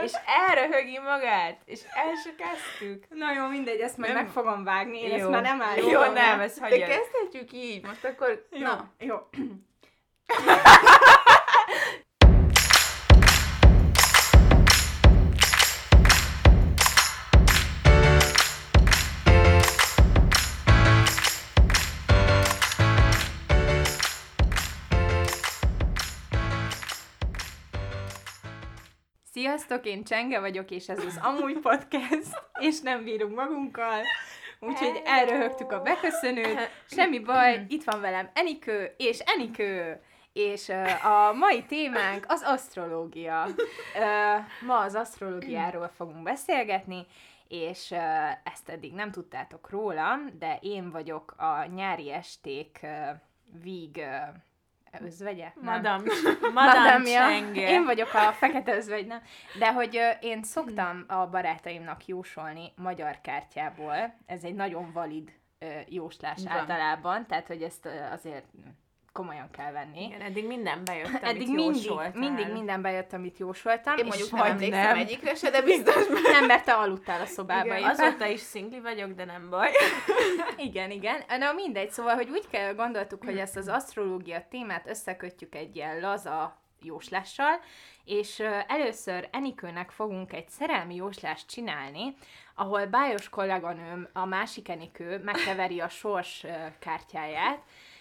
és elröhögi magát, és el se kezdtük. Na jó, mindegy, ezt majd Nem. meg fogom vágni, én Jó. ezt már nem állítom. Jó, nem, ezt De hagyjad. kezdhetjük így, most akkor... Jó, Na, jó. Sziasztok, én Csenge vagyok, és ez az Amúgy Podcast, és nem bírunk magunkkal, úgyhogy elröhögtük a beköszönőt, semmi baj, itt van velem Enikő, és a mai témánk az asztrológia. Ma az asztrológiáról fogunk beszélgetni, és ezt eddig nem tudtátok rólam, de én vagyok a nyári esték víg özvegye? Nem. Madame Csenge. Én vagyok a fekete özvegy, nem? De hogy én szoktam a barátaimnak jósolni magyar kártyából. Ez egy nagyon valid jóslás Van. általában, tehát hogy ezt azért komolyan kell venni. Igen, eddig minden bejött, amit Eddig jósoltál. mindig minden bejött, amit jósoltam. én és mondjuk nem vagy emlékszem nem. egyikre se, de biztos már. nem, mert te aludtál a szobába. Igen, éppen. azóta is szingli vagyok, de nem baj. Igen. Na mindegy, szóval, hogy úgy kell gondoltuk, hogy ezt az asztrológia témát összekötjük egy ilyen laza jóslással, és először Enikőnek fogunk egy szerelmi jóslást csinálni, ahol Bájos kolléganőm, a másik Enikő megkeveri a sors kártyáját.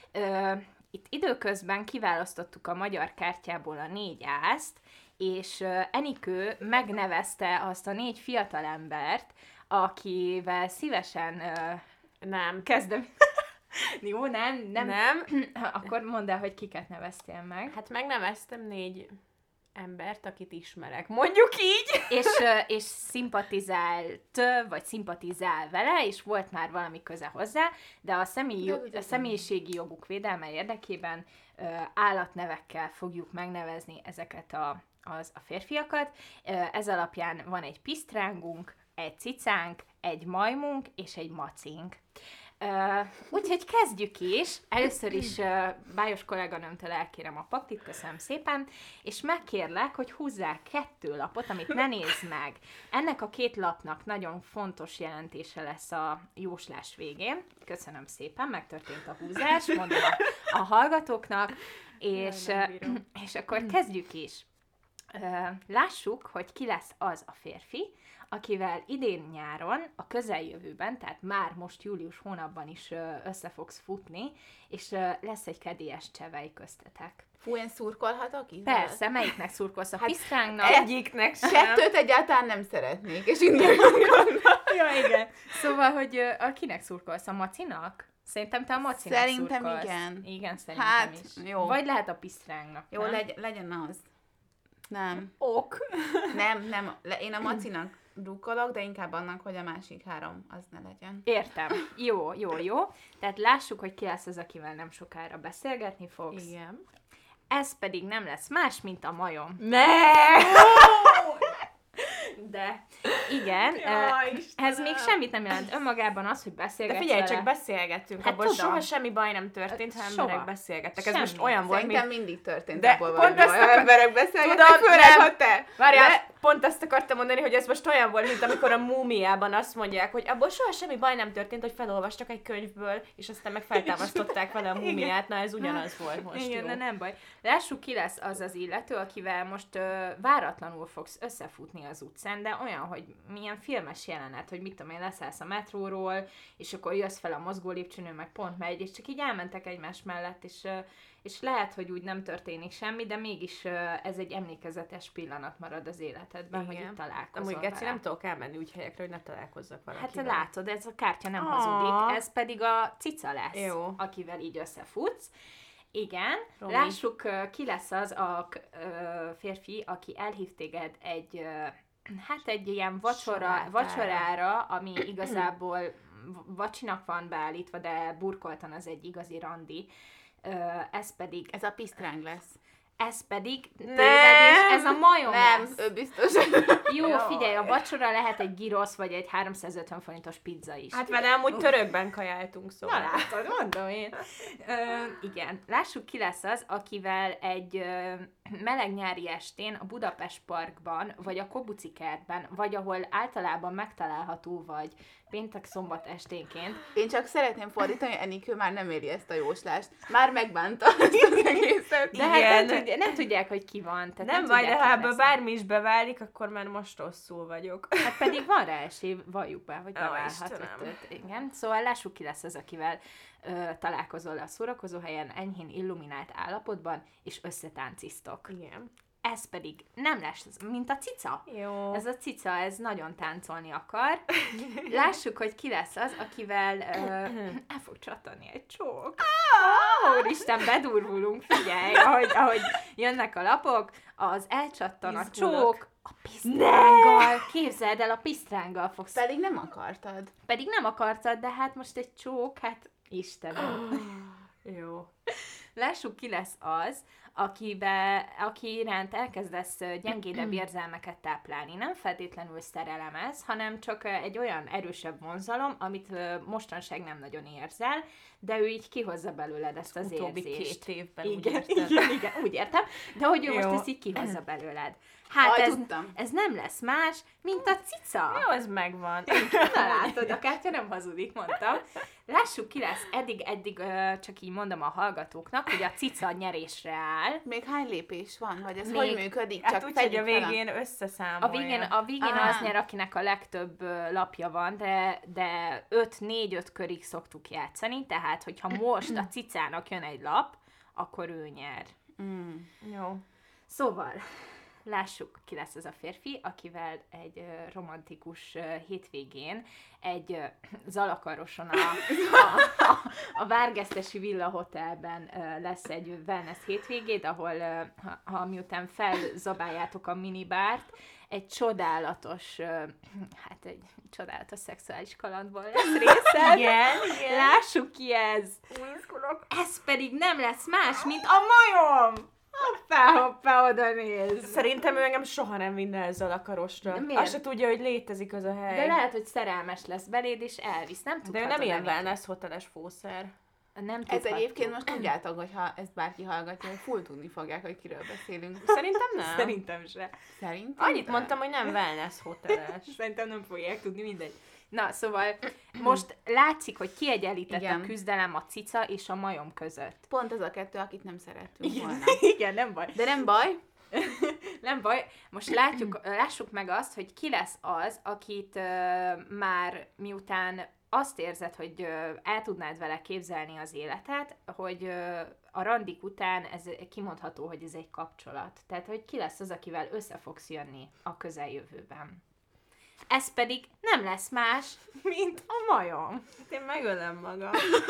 Itt időközben kiválasztottuk a magyar kártyából a 4 ászt, és Enikő megnevezte azt a 4 fiatalembert, akivel szívesen Nem. kezdem. Jó, nem. Nem. Akkor mondd el, hogy kiket neveztél meg. Hát megneveztem 4 embert, akit ismerek. Mondjuk így. És szimpatizált, vagy szimpatizál vele, és volt már valami köze hozzá, de a személyiségi joguk védelme érdekében állatnevekkel fogjuk megnevezni ezeket a férfiakat. Ez alapján van egy pisztrángunk, egy cicánk, egy majmunk és egy macink. Úgyhogy kezdjük is. Először is Bájos kolléganőmtől elkérem a paktit, köszönöm szépen, és megkérlek, hogy húzzál 2 lapot, amit ne nézd meg. Ennek a 2 lapnak nagyon fontos jelentése lesz a jóslás végén. Köszönöm szépen, megtörtént a húzás, mondom a hallgatóknak, és akkor kezdjük is. Lássuk, hogy ki lesz az a férfi, akivel idén nyáron, a közeljövőben, tehát már most július hónapban is össze fogsz futni, és lesz egy kedélyes csevej köztetek. Fú, én szurkolhatok így? Persze, melyiknek szurkolsz? A pisztrángnak? Egyiknek sem. Kettőt egyáltalán nem szeretnék, és induljunk onnan. Ja, igen. Szóval, hogy kinek szurkolsz? A macinak? Szerintem te a macinak Szerintem szurkolsz. igen. Igen, szerintem Hát, is. jó. Vagy lehet a pisztrángnak, Jó, nem? legyen az. Nem. Ok. Nem. Én a macinak drukkolok, de inkább annak, hogy a másik 3 az ne legyen. Értem. Jó. Tehát lássuk, hogy ki lesz az, akivel nem sokára beszélgetni fogsz. Igen. Ez pedig nem lesz más, mint a majom. Ne! De igen, ez még semmit nem jelent önmagában az, hogy De beszélgetsz figyelj, vele. csak beszélgettünk, Hát abból tudom. soha semmi baj nem történt, ha Soha. emberek beszélgettek. Ez Semmi. most olyan volt, Szerintem mint... mindig történt De abból pont valami, ezt olyan akar- emberek beszélgetnek, Tudom, főleg, nem. ha te. Várjál, pont ezt akartam mondani, hogy ez most olyan volt, mint amikor a Múmiában azt mondják, hogy abból soha semmi baj nem történt, hogy felolvastak egy könyvből, és aztán meg feltámasztották vele a múmiát. Na, ez ugyanaz volt most. Igen, jó. de nem baj. Lássuk, ki lesz az az illető, akivel most váratlanul fogsz összefutni az utcán, de olyan, hogy milyen filmes jelenet, hogy mit tudom én, leszállsz a metróról, és akkor jössz fel a mozgó lépcsőn, meg pont megy, és csak így elmentek egymás mellett, és lehet, hogy úgy nem történik semmi, de mégis ez egy emlékezetes pillanat marad az életedben, Igen. hogy itt találkozol Amúgy, Geci, vele. nem tudok elmenni úgy helyekre, hogy ne találkozzak Hát valakivel. látod, ez a kártya nem Ah. hazudik, ez pedig a cica lesz, Jó. akivel így összefutsz. Igen, Romi. lássuk, ki lesz az a férfi, aki elhív téged egy ilyen vacsorára, ami igazából vacsinak van beállítva, de burkoltan az egy igazi randi. Ez pedig... Ez a pisztráng lesz. Ez pedig tévedés, ez a majom Nem, lesz. ő biztos. Jó, figyelj, a vacsora lehet egy gyrosz, vagy egy 350 forintos pizza is. Hát vele amúgy törökben kajáltunk, szóval. Na látod, mondom én. Igen, lássuk ki lesz az, akivel egy meleg nyári estén a Budapest Parkban, vagy a Kobuci kertben, vagy ahol általában megtalálható vagy péntek-szombat esténként. Én csak szeretném fordítani, hogy Enikő már nem éli ezt a jóslást. Már megbánta ezt az egészet. De hát nem tudják, hogy ki van. Tehát Nem baj, de tudják, ha ki ebből lesz. bármi is beválik, akkor már most rosszul vagyok. Hát pedig van rá esély, valljuk be, hogy Ó, beválhat. Istenem. Igen. Szóval lássuk ki lesz az, akivel találkozol a szórakozó helyen, enyhén illuminált állapotban, és összetánciztok. Igen. Ez pedig nem lesz, mint a cica. Jó. Ez a cica, ez nagyon táncolni akar. Lássuk, hogy ki lesz az, akivel el fog csatani egy csók. Úristen, bedurvulunk, figyelj, ahogy jönnek a lapok, az elcsattan a Izgulok. csók, a pisztránggal, képzeld el, a pisztránggal fogsz. Pedig nem akartad. Pedig nem akartad, de hát most egy csók, hát Istenem. Jó. Lássuk, ki lesz az, aki iránt elkezdesz gyengédebb érzelmeket táplálni. Nem feltétlenül szerelem ez, hanem csak egy olyan erősebb vonzalom, amit mostanság nem nagyon érzel, de ő így kihozza belőled ezt az Utóbbi érzést. 2 évben, Igen, úgy érted? igen, úgy értem, de hogy ő Jó. most ezt így kihozza belőled. Hát Tudtam. ez nem lesz más, mint a cica. Jó, ez megvan. Na látod, a kártya nem hazudik, mondtam. Lássuk, ki lesz. Eddig csak így mondom a hallgatóknak, hogy a cica nyerésre áll. Még hány lépés van? Vagy ez Még- hogy működik? Hát Csak úgy, hogy a fedjük fel végén összeszámolja. A végén Á. az nyer, akinek a legtöbb lapja van, de 4-5 körig szoktuk játszani, tehát hogyha most a cicának jön egy lap, akkor ő nyer. Jó. Szóval, lássuk, ki lesz az a férfi, akivel egy romantikus hétvégén egy Zalakaroson a Várgesztesi Villa Hotelben lesz egy wellness hétvégéd, ahol miután felzabáljátok a minibárt, egy csodálatos, egy csodálatos szexuális kalandból lesz része. Igen. Lássuk ki ez! Ez pedig nem lesz más, mint a majom! Hoppá, oda néz! Szerintem ő engem soha nem vinne ezzel a karosra. De miért? Azt se tudja, hogy létezik az a hely. De lehet, hogy szerelmes lesz beléd, és elvisz. Nem De ő tudhatod. nem ilyen Enikő. wellness hoteles fószer. Nem Ez tudhatjuk. egyébként most tudjátok, hogy ha ezt bárki hallgatja, hogy full tudni fogják, hogy kiről beszélünk. Szerintem nem. Szerintem se. Szerintem? Annyit mondtam, hogy nem wellness hoteles. Szerintem nem fogják tudni, mindegy. Na, szóval most látszik, hogy kiegyenlített Igen. a küzdelem a cica és a majom között. Pont az a kettő, akit nem szerettünk volna. Igen, nem baj. De nem baj. Nem baj, most lássuk meg azt, hogy ki lesz az, akit már miután azt érzed, hogy el tudnád vele képzelni az életet, hogy a randik után ez kimondható, hogy ez egy kapcsolat. Tehát, hogy ki lesz az, akivel össze fogsz jönni a közeljövőben. Ez pedig nem lesz más, mint a majom. Én megölöm magam.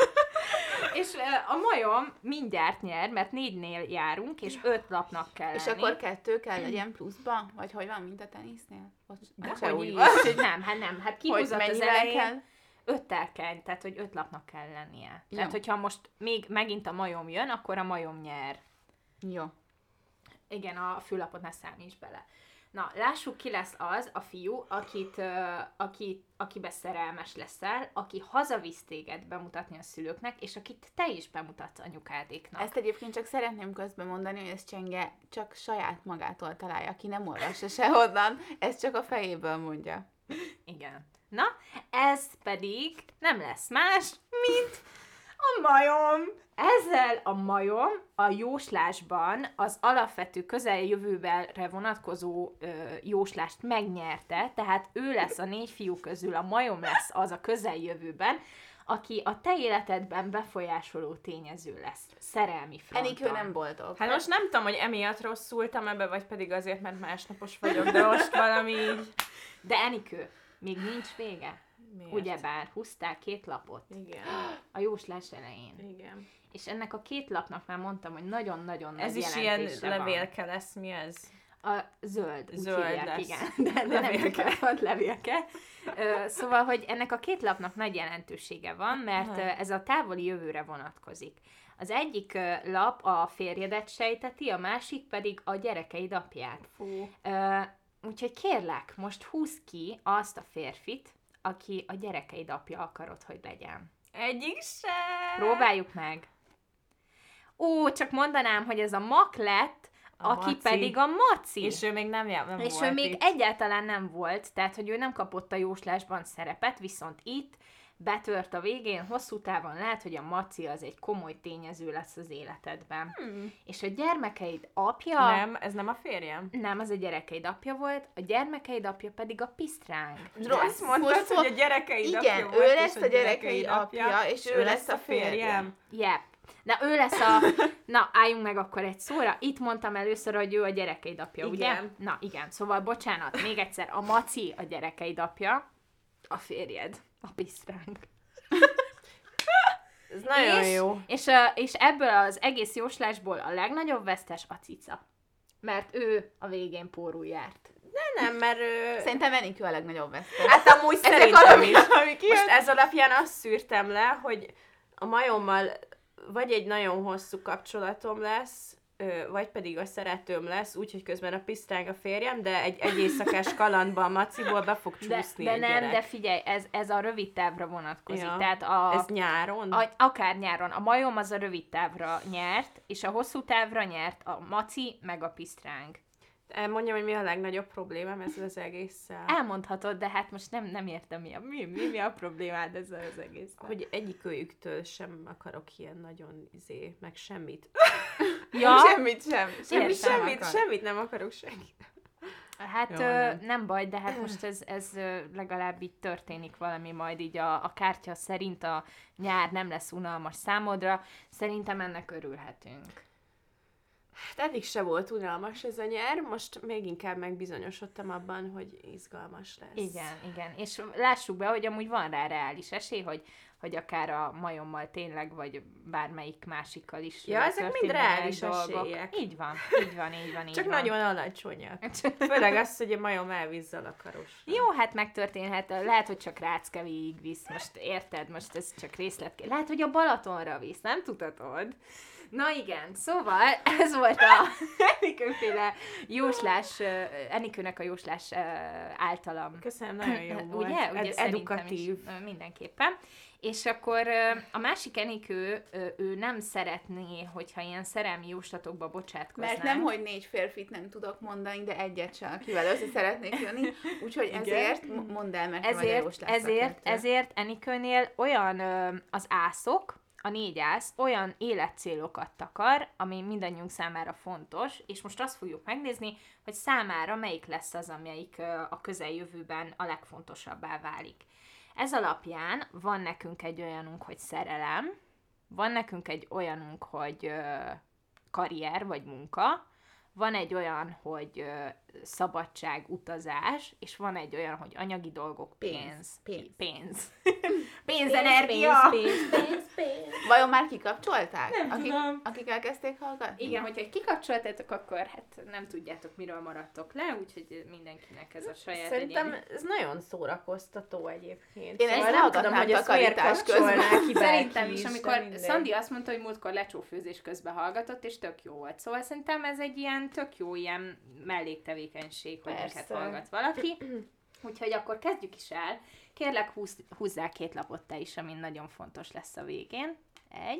És a majom mindjárt nyer, mert 4-nél járunk, és 5 lapnak kell lenni. És akkor 2 kell legyen pluszba? Vagy hogy van, mint a tenisznél? De se hogy úgy így, van. hogy nem, hát Hogy kihúzott az mennyivel elején. kell? 5-tel kell, tehát hogy 5 lapnak kell lennie. Jó. Tehát, hogyha most még megint a majom jön, akkor a majom nyer. Jó. Igen, a főlapot ne számíts bele. Na, lássuk, ki lesz az a fiú, akibe szerelmes leszel, aki hazavisz téged bemutatni a szülőknek, és akit te is bemutatsz anyukádéknak. Ezt egyébként csak szeretném közben mondani, hogy ez Csenge csak saját magától találja, aki nem olvassa sehonnan, ezt csak a fejéből mondja. Igen. Na, ez pedig nem lesz más, mint a majom. Ezzel a majom a jóslásban az alapvető közeljövőre vonatkozó jóslást megnyerte, tehát ő lesz a 4 fiú közül, a majom lesz az a közeljövőben, aki a te életedben befolyásoló tényező lesz. Szerelmi fronton. Enikő nem boldog. Hát most nem tudom, hogy emiatt rosszultam ebbe, vagy pedig azért, mert másnapos vagyok, de most valami így... De Enikő, még nincs vége. Miért? Ugyebár húztál 2 lapot Igen. a jóslás elején. Igen. És ennek a 2 lapnak már mondtam, hogy nagyon-nagyon Ez nagy is ilyen jelentése van. levélke lesz, mi ez? A zöld, úgy Zöld hívják, lesz. igen. De nem Levélke. van levélke. Szóval, hogy ennek a 2 lapnak nagy jelentősége van, mert ez a távoli jövőre vonatkozik. Az egyik lap a férjedet sejteti, a másik pedig a gyerekeid apját. Fú. Úgyhogy kérlek, most húzd ki azt a férfit, aki a gyerekeid apja akarod, hogy legyen. Egyik se. Próbáljuk meg. Csak mondanám, hogy ez a Mak lett, aki Maci. pedig a Maci. És ő még nem És volt ő még itt. egyáltalán nem volt, tehát hogy ő nem kapott a jóslásban szerepet, viszont itt betört a végén, hosszú távon lehet, hogy a Maci az egy komoly tényező lesz az életedben. És a gyermekeid apja... Nem, ez nem a férjem. Nem, az a gyerekeid apja volt, a gyermekeid apja pedig a pisztráng. Rossz mondtad, hogy a gyerekeid igen, apja volt, ő lesz és a gyerekeid apja, és ő lesz a férjem. Yep. Na, ő lesz a... Na, álljunk meg akkor egy szóra. Itt mondtam először, hogy ő a gyerekeid apja, ugye? Igen. Na, igen. Szóval, bocsánat, még egyszer. A Maci a gyerekeid apja, a férjed a pisztráng. Ez nagyon jó. És ebből az egész jóslásból a legnagyobb vesztes a cica. Mert ő a végén pórul járt. Nem, mert Szerintem Enikő a legnagyobb vesztes. hát amúgy Ezek szerintem alapján, is. amik kijön. Most ez alapján azt szűrtem le, hogy a majommal vagy egy nagyon hosszú kapcsolatom lesz, vagy pedig a szeretőm lesz, úgyhogy közben a pisztráng a férjem, de egy éjszakás kalandban a Maciból be fog csúszni De egy nem, gyerek. de figyelj, ez a rövid távra vonatkozik. Ja. Tehát Ez nyáron? akár nyáron. A majom az a rövid távra nyert, és a hosszú távra nyert a Maci meg a pisztráng. Mondjam, hogy mi a legnagyobb problémám ezzel az egésszel. Elmondhatod, de hát most nem értem, mi a problémád ezzel az egész. Hogy egyikőjüktől sem akarok ilyen nagyon meg semmit. Ja, Semmit sem. Semmit sem akar. Semmit nem akarok senkit. hát Jó, nem. nem baj, de hát most ez legalább így történik valami majd így a kártya szerint a nyár nem lesz unalmas számodra. Szerintem ennek örülhetünk. Hát eddig se volt unalmas ez a nyár, most még inkább megbizonyosodtam abban, hogy izgalmas lesz. Igen. És lássuk be, hogy amúgy van rá reális esély, hogy akár a majommal tényleg, vagy bármelyik másikkal is Ja, ezek mind történnek reális dolgok. esélyek. Így van. Csak nagyon alacsonyak. Főleg az, hogy a majom elvízzal a karosra. Jó, hát megtörténhet. Lehet, hogy csak Rácke végigvisz. Most érted? Most ez csak részlet. Lehet, hogy a Balatonra visz. Nem tudhatod? Na igen, szóval ez volt a Enikőféle jóslás, Enikőnek a jóslás általam. Köszönöm, nagyon jó volt. Ugye szerintem Edukatív. is, mindenképpen. És akkor a másik Enikő, ő nem szeretné, hogyha ilyen szerelmi jóslatokba bocsátkoznánk. Mert nem, hogy 4 férfit nem tudok mondani, de egyet sem, akivel össze szeretnék jönni. Úgyhogy ezért mondd el, mert vagy a jóslás szakértő. ezért Enikőnél olyan az ászok, a 4 ász olyan életcélokat takar, ami mindannyiunk számára fontos, és most azt fogjuk megnézni, hogy számára melyik lesz az, amelyik a közeljövőben a legfontosabbá válik. Ez alapján van nekünk egy olyanunk, hogy szerelem, van nekünk egy olyanunk, hogy karrier vagy munka, van egy olyan, hogy szabadság, utazás, és van egy olyan, hogy anyagi dolgok, pénz. Pénzenergia! Pénz. Vajon már kikapcsolták? Nem tudom. Akik elkezdték hallgatni? Igen, hogyha kikapcsoltátok, akkor hát nem tudjátok, miről maradtok le, úgyhogy mindenkinek ez a saját Szerintem egyéni. ez nagyon szórakoztató egyébként. Én ezt Szóval nem tudom, hogy ezt miért takarítás kapcsolná ki Szerintem bárki is, de amikor mindegy. Szandi azt mondta, hogy múltkor lecsófőzés közben hallgatott, és tök jó volt. Szóval szerintem ez egy ilyen tök jó ilyen melléktevékenység, hogy minket Persze. hallgat valaki. Úgyhogy akkor kezdjük is el. Kérlek, húzzál 2 lapot te is, ami nagyon fontos lesz a végén. 1,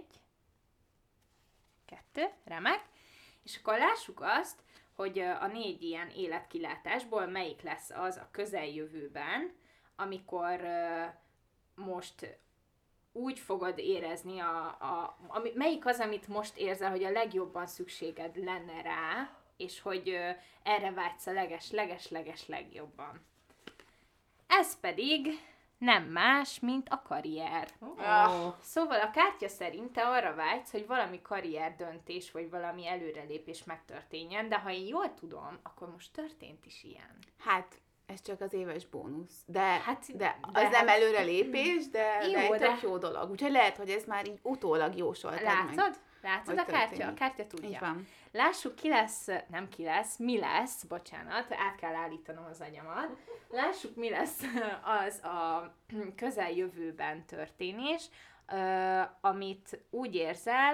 2, remek. És akkor lássuk azt, hogy a 4 ilyen életkilátásból melyik lesz az a közeljövőben, amikor most úgy fogod érezni, melyik az, amit most érzel, hogy a legjobban szükséged lenne rá, és hogy erre vágysz a leges legjobban. Ez pedig nem más, mint a karrier. Szóval a kártya szerint te arra vágysz, hogy valami karrier döntés, vagy valami előrelépés megtörténjen, de ha én jól tudom, akkor most történt is ilyen. Hát, ez csak az éves bónusz. De az de nem előrelépés, de Jó, egy de- tök jó dolog. Úgyhogy lehet, hogy ez már így utólag jósoltad meg. Látod? Látod, hogy a kártya? történik. A kártya tudja. Így van. Lássuk, mi lesz, bocsánat, át kell állítanom az agyamat. Lássuk, mi lesz az a közeljövőben történés, amit úgy érzel,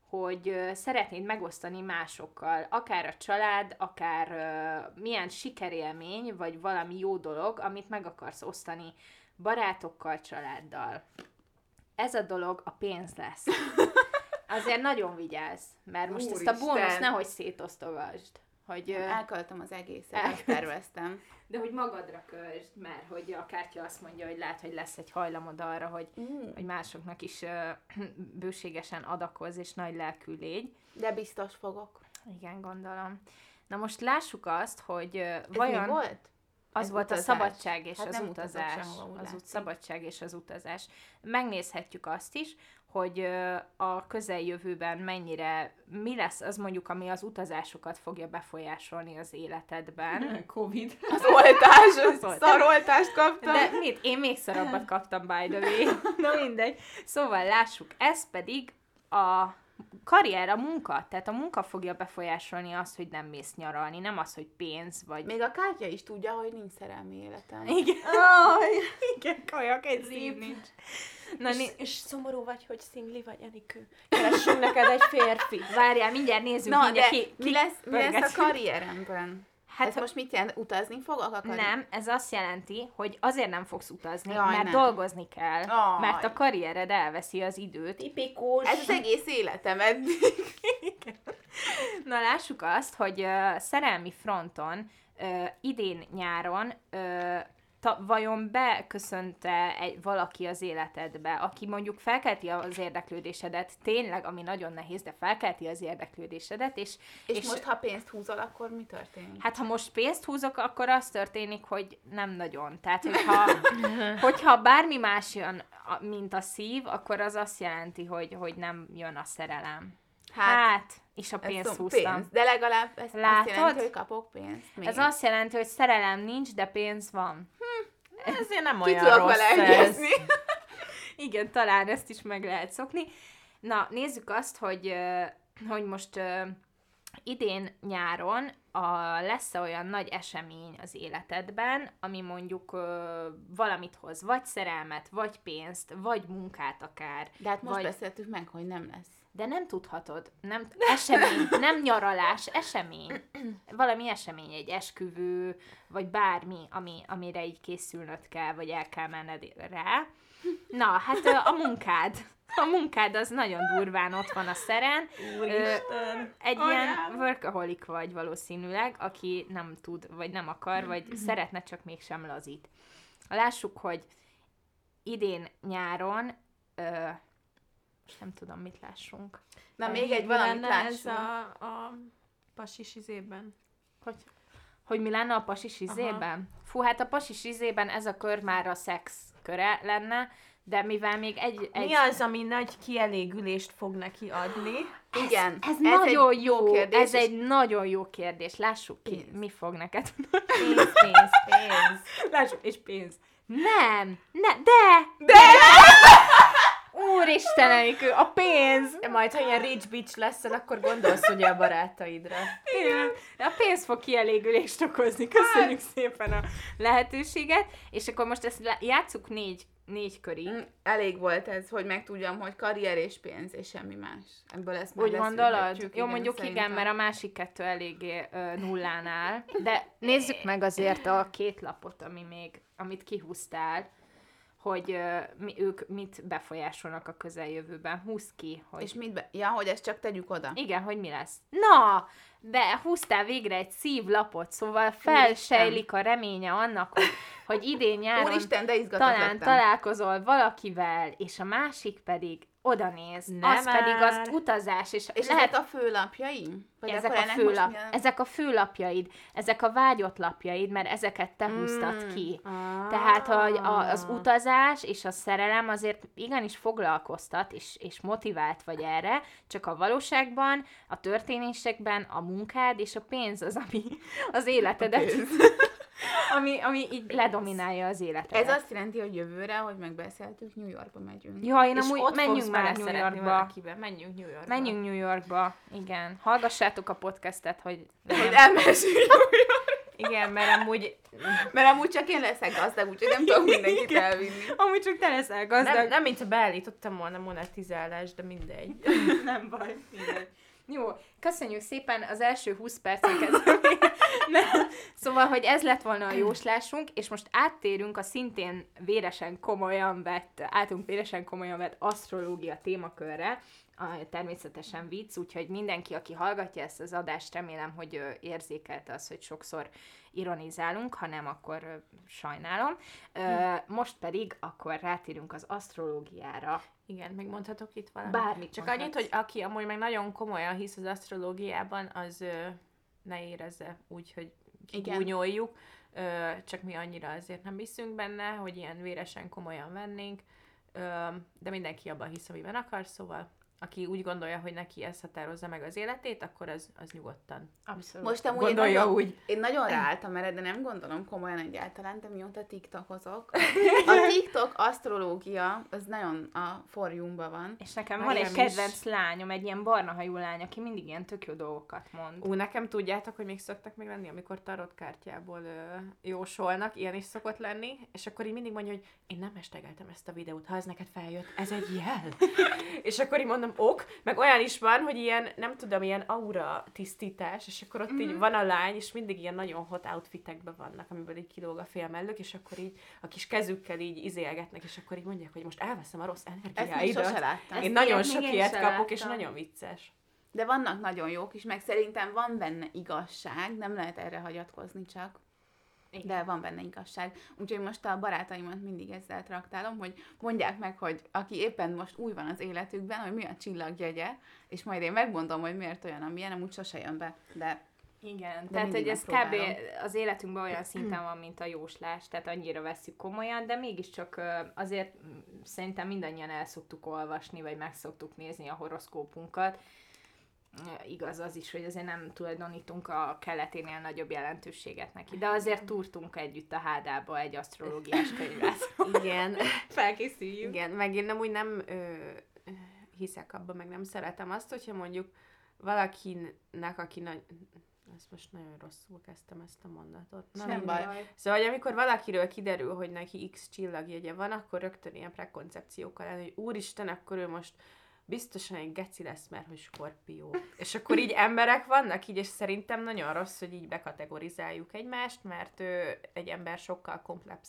hogy szeretnéd megosztani másokkal, akár a család, akár milyen sikerélmény, vagy valami jó dolog, amit meg akarsz osztani barátokkal, családdal. Ez a dolog a pénz lesz. Azért nagyon vigyázz, mert most ezt a bónusz nehogy szétosztogasd. Hogy, elköltöm az egészet, ezt terveztem. De hogy magadra költsd, mert hogy a kártya azt mondja, hogy lehet, hogy lesz egy hajlamod arra, hogy másoknak is bőségesen adakozz, és nagy lelkű légy. De biztos fogok. Igen, gondolom. Na most lássuk azt, hogy vajon... mi volt? Az ez volt utazás. A szabadság és hát az utazás. Szabadság és az utazás. Megnézhetjük azt is, hogy a közeljövőben mi lesz az mondjuk, ami az utazásokat fogja befolyásolni az életedben. Covid. Az oltás, szaroltást kaptam. De mit? Én még szarabbat kaptam, by the way. Na mindegy. Szóval lássuk, ez pedig a karrier, a munka. Tehát a munka fogja befolyásolni azt, hogy nem mész nyaralni, nem az, hogy pénz, vagy... Még a kártya is tudja, hogy nincs szerelmi életem. Igen. Igen, kajak, egy szív nincs. Na, és szomorú vagy, hogy szingli vagy, Enikő. Keressünk neked egy férfi. Várjál, mindjárt nézzük. Na, de mi lesz a karrieremben? Hát ez most mit jelent? Utazni fogok? Nem, ez azt jelenti, hogy azért nem fogsz utazni, mert dolgozni kell, mert a karriered elveszi az időt. Tipikus. Ez az egész életem eddig. Na, lássuk azt, hogy szerelmi fronton idén nyáron vajon beköszönte valaki az életedbe, aki mondjuk felkelti az érdeklődésedet, tényleg, ami nagyon nehéz, de felkelti az érdeklődésedet, és most, ha pénzt húzol, akkor mi történik? Hát, ha most pénzt húzok, akkor az történik, hogy nem nagyon. Tehát, hogyha bármi más jön, mint a szív, akkor az azt jelenti, hogy nem jön a szerelem. Hát és a pénzt húztam. Pénz. De legalább azt jelenti, hogy kapok pénzt. Ez azt jelenti, hogy szerelem nincs, de pénz van. Ezért nem olyan rossz ez. Igen, talán ezt is meg lehet szokni. Na, nézzük azt, hogy most idén nyáron lesz olyan nagy esemény az életedben, ami mondjuk valamit hoz, vagy szerelmet, vagy pénzt, vagy munkát akár. De hát most beszéltük meg, hogy nem lesz. De nem tudhatod. Esemény, nem nyaralás, esemény. Valami esemény, egy esküvő, vagy bármi, amire így készülnöd kell, vagy el kell menned rá. Na, hát a munkád. A munkád az nagyon durván ott van a szeren. Úristen! Egy ilyen workaholic vagy valószínűleg, aki nem tud, vagy nem akar, vagy szeretne, csak mégsem lazít. Lássuk, hogy idén nyáron nem tudom, mit lássunk. Na, még egy valamit lássunk. Ez a pasis izében? Hogy mi lenne a pasis izében? Fú, hát a pasis izében ez a kör már a szex köre lenne, de mivel még egy... Mi az, ami nagy kielégülést fog neki adni? Igen. Ez nagyon jó kérdés. Ez egy nagyon jó kérdés. Lássuk ki, mi fog neked. Pénz. Lássuk, és pénz. Nem, de! Úristen, Enikő, a pénz! Majd, ha ilyen rich bitch leszel, akkor gondolsz ugye a barátaidra. Igen, a pénz fog kielégülést okozni. Köszönjük szépen a lehetőséget. És akkor most ezt játsszuk négy körig. Elég volt ez, hogy megtudjam, hogy karrier és pénz, és semmi más. Ebből ezt már úgy gondolod? Jó, mondjuk szerintem. Igen, mert a másik kettő eléggé nullán áll. De nézzük meg azért a 2 lapot, amit kihúztál, hogy ők mit befolyásolnak a közeljövőben. Húzd ki, hogy... És hogy ezt csak tegyük oda? Igen, hogy mi lesz. Na, húztál végre egy szívlapot, szóval felsejlik a reménye annak, hogy idén nyáron Úristen, de talán találkozol valakivel, és a másik pedig oda néz. Az pedig az utazás. És lehet a főlapjaim? Ezek a főlapjaid, ezek a vágyott lapjaid, mert ezeket te húztad ki. Tehát az utazás és a szerelem azért igenis foglalkoztat, és motivált vagy erre, csak a valóságban, a történésekben a munkád és a pénz az, ami az életedet, ami így ledominálja az életedet. Ez azt jelenti, hogy jövőre, hogy megbeszéltük, New Yorkba megyünk. Ja, én amúgy menjünk már New Yorkba. Menjünk New Yorkba, igen. Hallgassátok a podcastet, hogy elmehessünk New Yorkba. Igen, mert amúgy csak én leszek gazdag, úgyhogy nem tudok mindenkit elvinni. Amúgy csak te leszel gazdag. Nem mintha beállítottam volna monetizálást, de mindegy. Nem baj, mindegy. Jó, köszönjük szépen az első 20 perceket. Szóval, hogy ez lett volna a jóslásunk, és most áttérünk a szintén véresen komolyan vett asztrológia témakörre, természetesen vicc, úgyhogy mindenki, aki hallgatja ezt az adást, remélem, hogy érzékelte azt, hogy sokszor ironizálunk, ha nem, akkor sajnálom. Most pedig akkor rátérünk az asztrológiára. Igen, még mondhatok itt valamit? Bármit csak mondhatsz. annyit, hogy aki amúgy meg nagyon komolyan hisz az asztrológiában, az ne érezze úgy, hogy gúnyoljuk, csak mi annyira azért nem hiszünk benne, hogy ilyen véresen komolyan vennénk, de mindenki abban hisz, amiben akar, szóval aki úgy gondolja, hogy neki ez határozza meg az életét, akkor az nyugodtan. Abszolút. Most amúgy Gondolja úgy. Én nagyon ráálltam erre, de nem gondolom komolyan egyáltalán, de mióta TikTokozok. A TikTok asztrológia, az nagyon a forjumban van. És nekem van egy kedvenc lányom, egy ilyen barna hajú lány, aki mindig ilyen tök jó dolgokat mond. Nekem tudjátok, hogy még szoktak még lenni, amikor tarotkártyából jósolnak, ilyen is szokott lenni, és akkor így mindig mondja, hogy én nem mestegeltem ezt a videót, ha ez neked feljött, ez egy jel. És akkor így mondom, meg olyan is van, hogy ilyen, nem tudom, ilyen aura tisztítás, és akkor ott így van a lány, és mindig ilyen nagyon hot outfitekben vannak, amiből így kilóg a félmellük, és akkor így a kis kezükkel így izélgetnek, és akkor így mondják, hogy most elveszem a rossz energiáidat. Ezt sose láttam. Én nagyon sok ilyet kapok, láttam. és nagyon vicces. De vannak nagyon jók is, meg szerintem van benne igazság, nem lehet erre hagyatkozni csak. Igen. De van benne igazság. Úgyhogy most a barátaimat mindig ezzel traktálom, hogy mondják meg, hogy aki éppen most új van az életükben, hogy mi a csillagjegye, és majd én megmondom, hogy miért olyan, amilyen, amúgy sose jön be. Igen, tehát hogy ez kb. Az életünkben olyan szinten van, mint a jóslás, tehát annyira vesszük komolyan, de mégiscsak azért szerintem mindannyian el szoktuk olvasni, vagy meg szoktuk nézni a horoszkópunkat. Igaz az is, hogy azért nem tulajdonítunk a keleténél nagyobb jelentőséget neki, de azért túrtunk együtt a hádába egy asztrológiás könyvet. Igen. Felkészüljük. Igen, meg én úgy nem hiszek abban, meg nem szeretem azt, hogyha mondjuk valakinek, aki ezt most nagyon rosszul kezdtem ezt a mondatot. Nem baj. Szóval, hogy amikor valakiről kiderül, hogy neki X csillagjegye van, akkor rögtön ilyen prekoncepciókkal el, hogy úristen, akkor ő most biztosan egy geci lesz, mert hogy Skorpió. És akkor így emberek vannak így, és szerintem nagyon rossz, hogy így bekategorizáljuk egymást, mert egy ember sokkal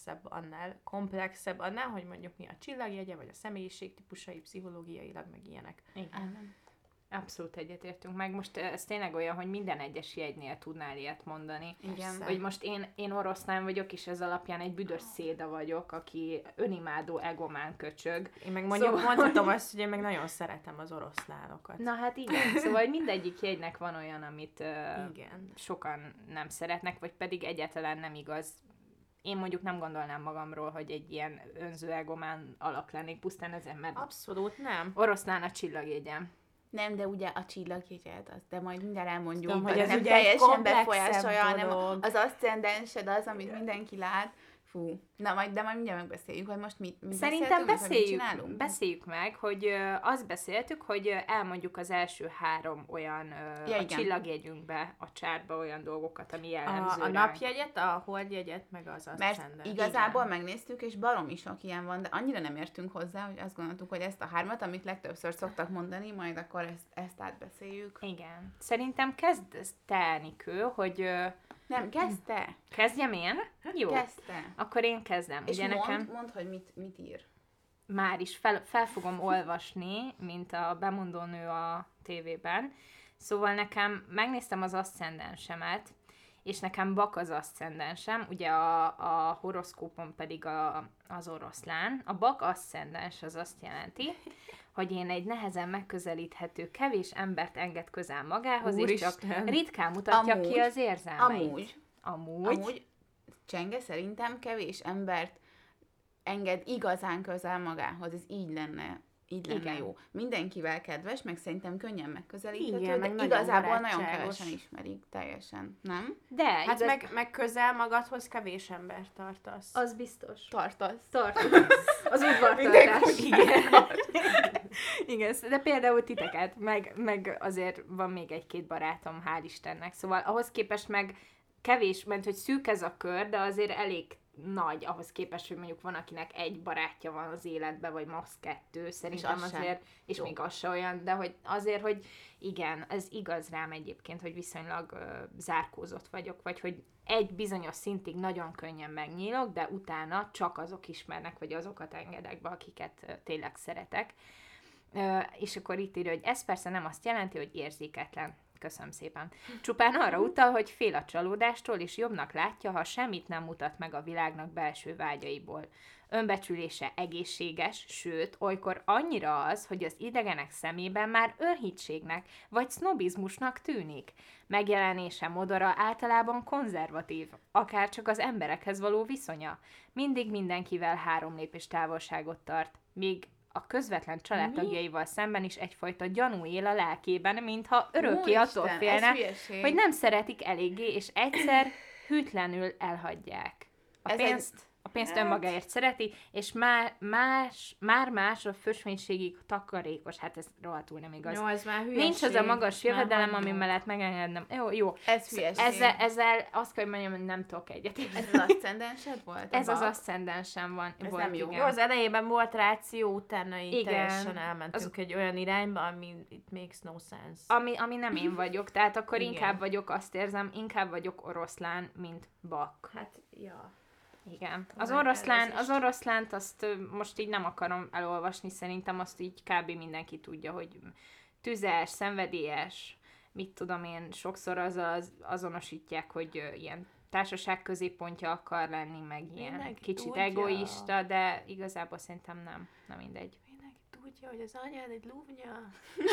komplexebb annál, hogy mondjuk mi a csillagjegye, vagy a személyiségtípusai, pszichológiailag, meg ilyenek. Igen. Abszolút egyetértünk. Meg most ez tényleg olyan, hogy minden egyes jegynél tudnál ilyet mondani. Igen. Hogy most én oroszlán vagyok, és ez alapján egy büdös széda vagyok, aki önimádó egomán köcsög. Én meg mondjuk mondhatom azt, hogy én meg nagyon szeretem az oroszlánokat. Na hát igen, szóval mindegyik jegynek van olyan, amit igen. sokan nem szeretnek, vagy pedig egyáltalán nem igaz. Én mondjuk nem gondolnám magamról, hogy egy ilyen önző egomán alak lennék, pusztán ezen, mert abszolút nem. Oroszlán a csillagjegyem. Nem, de ugye a csillagjegyed az, de majd mindjárt elmondjuk, tudom, hogy hogy ez nem ugye teljesen befolyásolja, hanem dolog. az aszcendensed az, amit mindenki lát. Fú, de majd mindjárt megbeszéljük, hogy most mit Szerintem beszéltünk, beszéljük meg, hogy azt beszéltük, hogy elmondjuk az első 3 olyan a csillagjegyünkbe, a csártba olyan dolgokat, ami jellemző a napjegyet, a holdjegyet, meg az aszcendens. Mert igazából megnéztük, és baromi sok ilyen van, de annyira nem értünk hozzá, hogy azt gondoltuk, hogy ezt a 3, amit legtöbbször szoktak mondani, majd akkor ezt átbeszéljük. Igen. Szerintem kezd te, Enikő, hogy... Nem, kezdte. Kezdjem én? Jó. Kezdte. Akkor én kezdem. És ugye nekem mondd, hogy mit ír. már is fel fogom olvasni, mint a bemondónő a tévében. Szóval nekem megnéztem az aszcendensemet, és nekem Bak az aszcendensem, ugye a horoszkópon pedig az oroszlán. A Bak aszcendens az azt jelenti, hogy én egy nehezen megközelíthető, kevés embert enged közel magához, Úristen. és csak ritkán mutatja ki az érzelmeit. Amúgy, Csenge, szerintem kevés embert enged igazán közel magához, ez így lenne jó. Mindenkivel kedves, meg szerintem könnyen megközelíthető, igen, de meg igazából nagyon nagyon kevesen ismerik teljesen, nem? De hát meg közel magadhoz kevés ember tartasz. az biztos. Tartasz. Az udvartartás. Igen. Igen, de például titeket, meg azért van még 1-2 barátom, hál' Istennek. Szóval ahhoz képest meg kevés, mert hogy szűk ez a kör, de azért elég nagy ahhoz képest, hogy mondjuk van, akinek egy barátja van az életben, vagy max. 2, szerintem azért, és jó. Még az se olyan, de hogy azért, hogy igen, ez igaz rám egyébként, hogy viszonylag zárkózott vagyok, vagy hogy egy bizonyos szintig nagyon könnyen megnyílok, de utána csak azok ismernek, vagy azokat engedek be, akiket tényleg szeretek. És akkor itt írja, hogy ez persze nem azt jelenti, hogy érzéketlen. Köszönöm szépen. Csupán arra utal, hogy fél a csalódástól, és jobbnak látja, ha semmit nem mutat meg a világnak belső vágyaiból. Önbecsülése egészséges, sőt, olykor annyira az, hogy az idegenek szemében már önhitségnek vagy sznobizmusnak tűnik. Megjelenése modora általában konzervatív, akár csak az emberekhez való viszonya. Mindig mindenkivel 3 lépés távolságot tart, még a közvetlen családtagjaival szemben is egyfajta gyanú él a lelkében, mintha örökké attól félne, hogy nem szeretik eléggé, és egyszer hűtlenül elhagyják. A pénzt önmagáért szereti, és már más a fösvénységig takarékos. Hát ez rohadtul nem igaz. Jó, ez már hülyeség. Nincs az a magas jövedelem, ami mellett megengednem. Jó. Ez hülyeség. Ezzel azt kell, hogy mondjam, hogy nem tudok egyet. Ez az aszcendensed volt? Ez az aszcendensem van. Ez volt, nem jó. Igen. Jó, az elejében volt ráció, utána így igen. teljesen elmentünk egy olyan irányba, ami it makes no sense. Ami nem én vagyok, tehát akkor inkább vagyok, azt érzem, inkább vagyok oroszlán, mint bak. Hát, ja. Igen. Az oroszlánt azt most így nem akarom elolvasni, szerintem azt így kb. Mindenki tudja, hogy tüzes, szenvedélyes, mit tudom én, sokszor azonosítják, hogy ilyen társaság középpontja akar lenni, meg ilyen mindenki kicsit tudja. Egoista, de igazából szerintem nem mindegy. Mindenki tudja, hogy az anyád egy lúvnya.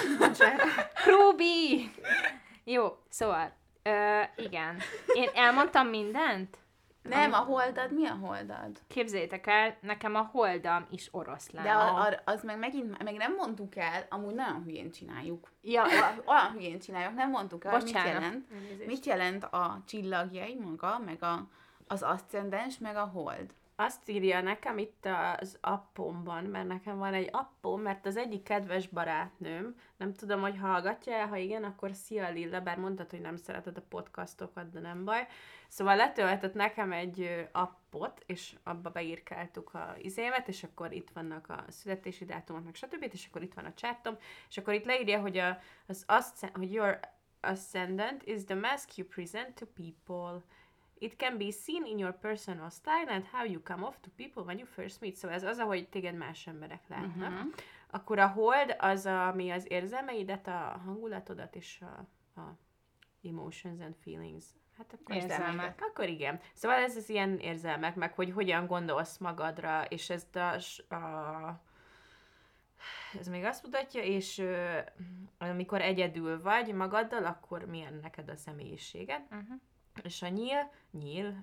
Krúbi! Jó, szóval, igen. Én elmondtam mindent? Nem, a holdad, mi a holdad? Képzeljétek el, nekem a holdam is oroszlán. De az meg megint, meg nem mondtuk el, amúgy nagyon hülyén csináljuk. Ja, olyan hülyén csináljuk, nem mondtuk el, bocsánat. mit jelent. Mit jelent a csillagjai maga, meg az aszcendens, meg a hold. Azt írja nekem itt az appomban, mert nekem van egy appom, mert az egyik kedves barátnőm, nem tudom, hogy hallgatja-e, ha igen, akkor szia Lilla, bár mondtad, hogy nem szereted a podcastokat, de nem baj. Szóval letöltött nekem egy appot, és abba beírkáltuk a izémet, és akkor itt vannak a születési dátumok, meg stb., és akkor itt van a csátom, és akkor itt leírja, hogy hogy your ascendant is the mask you present to people. It can be seen in your personal style and how you come off to people when you first meet. Szóval ez az, ahogy téged más emberek látnak. Uh-huh. Akkor a hold az, ami az érzelmeidet, a hangulatodat és a emotions and feelings. Hát akkor érzelmek. Akkor igen. Szóval ez az ilyen érzelmek, meg hogy hogyan gondolsz magadra, és ezt ez még azt mutatja, és amikor egyedül vagy magaddal, akkor milyen neked a személyiséged. Uh-huh. És a nyíl,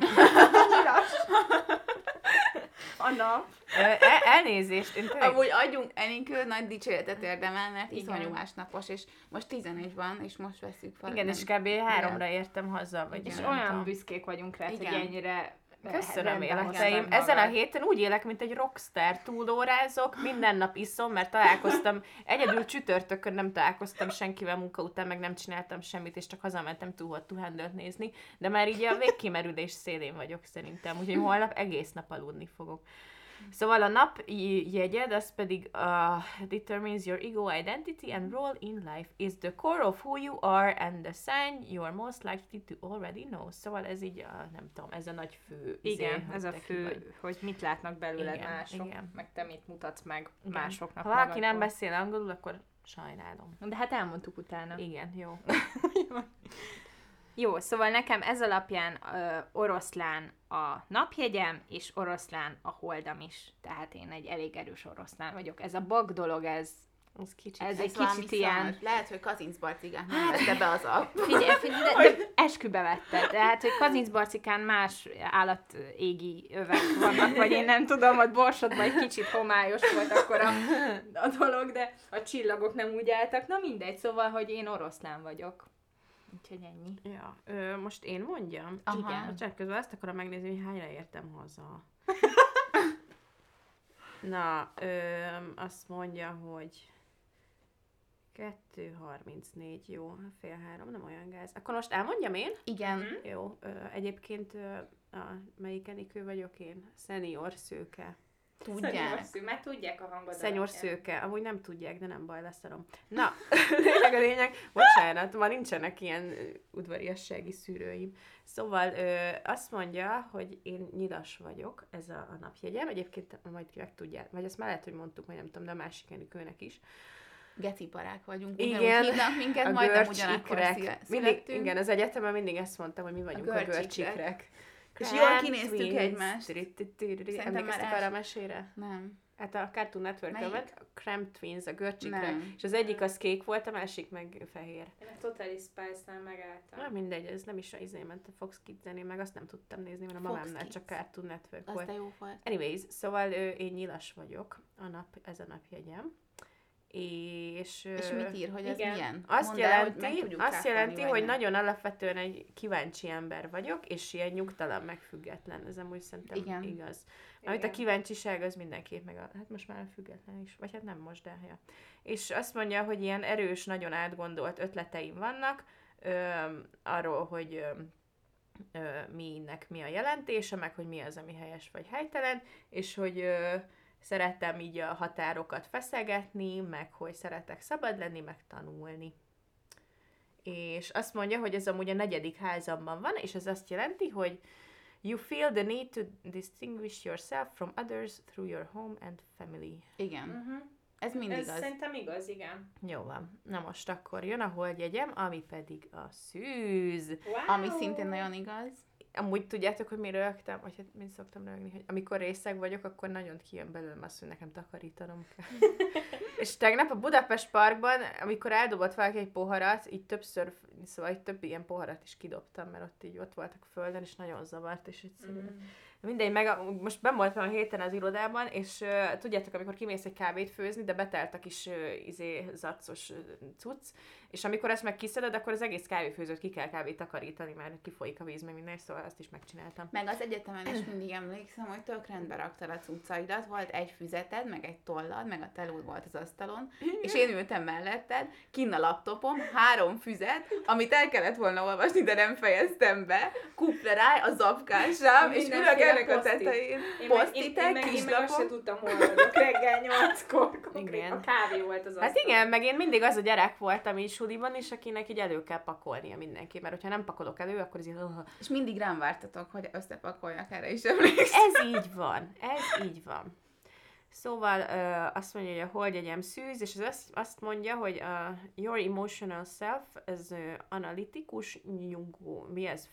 a nap. Elnézést. Amúgy adjunk Enikő nagy dicséretet érdemel, mert iszonyú másnapos, és most 11 van, és most veszük fel. Igen, és kb. 3-ra értem haza. Vagy és olyan büszkék vagyunk rá, hogy ennyire... Köszönöm, életeim. Ezen a héten úgy élek, mint egy rockstar. Túlórázok, minden nap iszom, mert találkoztam, egyedül csütörtökön nem találkoztam senkivel munka után, meg nem csináltam semmit, és csak hazamentem Too Hot to Handle-t nézni, de már így a végkimerülés szélén vagyok szerintem, úgyhogy holnap egész nap aludni fogok. Szóval a napjegyed, az pedig determines your ego identity and role in life, is the core of who you are and the sign you are most likely to already know. Szóval ez így, nem tudom, ez a nagy fő. Igen, ez a fő, hogy mit látnak belőled mások, meg te mit mutatsz meg másoknak. Ha valaki nem beszél angolul, akkor sajnálom. De hát elmondtuk utána. Igen, jó. Jó, szóval nekem ez alapján oroszlán a napjegyem, és oroszlán a holdam is. Tehát én egy elég erős oroszlán vagyok. Ez a bag dolog, ez egy kicsit ilyen... Lehet, hogy Kazincbarcikán nem vette be az a... Figyelj, de eskübe vette. Tehát, hogy Kazincbarcikán más állatégi övek vannak, vagy én nem tudom, hogy Borsodban egy kicsit homályos volt akkor a dolog, de a csillagok nem úgy álltak. Na mindegy, szóval, hogy én oroszlán vagyok. Úgyhogy ennyi. Ja, most én mondjam? Aha. Igen. Csak közben azt akarom megnézni, hogy hányra értem haza. Na, azt mondja, hogy 2:34, jó, 2:30, nem olyan gáz. Akkor most elmondjam én? Igen. Jó, egyébként melyik Enikő vagyok én? Senior szőke. Tudják. Már tudják a hangodat. Senior szőke. Amúgy nem tudják, de nem baj, leszarom. Na, lényeg, bocsánat, ma nincsenek ilyen udvariassági szűrőim. Szóval azt mondja, hogy én nyilas vagyok, ez a napjegyem. Egyébként majd meg tudják, vagy ezt már lehet, hogy mondtuk, vagy nem tudom, de a másik Enikőnek is. Geciparák vagyunk, igen, hívnak minket, majdnem ugyanakkor születtünk. Igen, az egyetemen mindig ezt mondtam, hogy mi vagyunk a görcsikrek. És jól kinéztük egymást. Emlékeztek arra a mesére? Nem. Hát a Cartoon Network-ön ment, a Cramp Twins, a görcsikrek, Nem. és az egyik az kék volt, a másik meg fehér. Én a Totally Spice-nál megálltam. Na mindegy, ez nem is a ment a Fox Kids-en, én meg azt nem tudtam nézni, mert a mamámnál csak Cartoon Network volt. Az de jó volt. Anyways, szóval én nyilas vagyok, ez a napjegyem. És mit ír, hogy ez milyen? Azt jelenti, hogy nagyon alapvetően egy kíváncsi ember vagyok, és ilyen nyugtalan, meg független. Ez amúgy szerintem igaz. Amit a kíváncsiság az mindenképp, meg hát most már független is, vagy hát nem most, de ja. És azt mondja, hogy ilyen erős, nagyon átgondolt ötleteim vannak arról, hogy minek mi a jelentése, meg hogy mi az, ami helyes vagy helytelen, és hogy szerettem így a határokat feszegetni, meg hogy szeretek szabad lenni, meg tanulni. És azt mondja, hogy ez amúgy a 4. házamban van, és ez azt jelenti, hogy you feel the need to distinguish yourself from others through your home and family. Igen. Uh-huh. Ez mindig ez az. Szerintem igaz, igen. Jó van. Na most akkor jön a holdjegyem, ami pedig a szűz. Wow. Ami szintén nagyon igaz. Amúgy tudjátok, hogy mi röhögtem, vagy hát mind szoktam röhögni, hogy amikor részeg vagyok, akkor nagyon kijön belőlem azt, hogy nekem takarítanom kell. És tegnap a Budapest Parkban, amikor eldobott valaki egy poharat, így többször, szóval így több ilyen poharat is kidobtam, mert ott voltak a földön, és nagyon zavart, és egyszerűen... Mindegy, most benn voltam a héten az irodában, és tudjátok, amikor kimész egy kávét főzni, de betelt a kis zaccos cucc, és amikor ezt meg kiszeded, akkor az egész kávéfőzőt ki kell kb. Takarítani, mert kifolyik a víz, meg minden, szóval azt is megcsináltam. Meg az egyetemen is mindig emlékszem, hogy tök rendbe raktad a cuccaidat, volt egy füzeted, meg egy tollad, meg a telód volt az asztalon, és én ültem melletted, kinn a laptopom, 3 füzet, amit el kellett volna olvasni, de nem fejeztem be, kupleráj, a zapkásám, és ülök ennek a tetején. Posztitek, kislapok. Én meg azt sem tudtam olvadok reggel 8-kor. A kávé volt az asztalon. Hát igen, meg én mindig az a gyerek voltam így suliban is, akinek így elő kell pakolnia mindenki, mert hogyha nem pakolok elő, akkor ez így... És mindig rám vártatok, hogy összepakoljak, erre is emlékszem. Ez így van. Szóval azt mondja, hogy a holdjegyem szűz, és ez azt mondja, hogy your emotional self, ez analitikus, nyugvó, mi ez?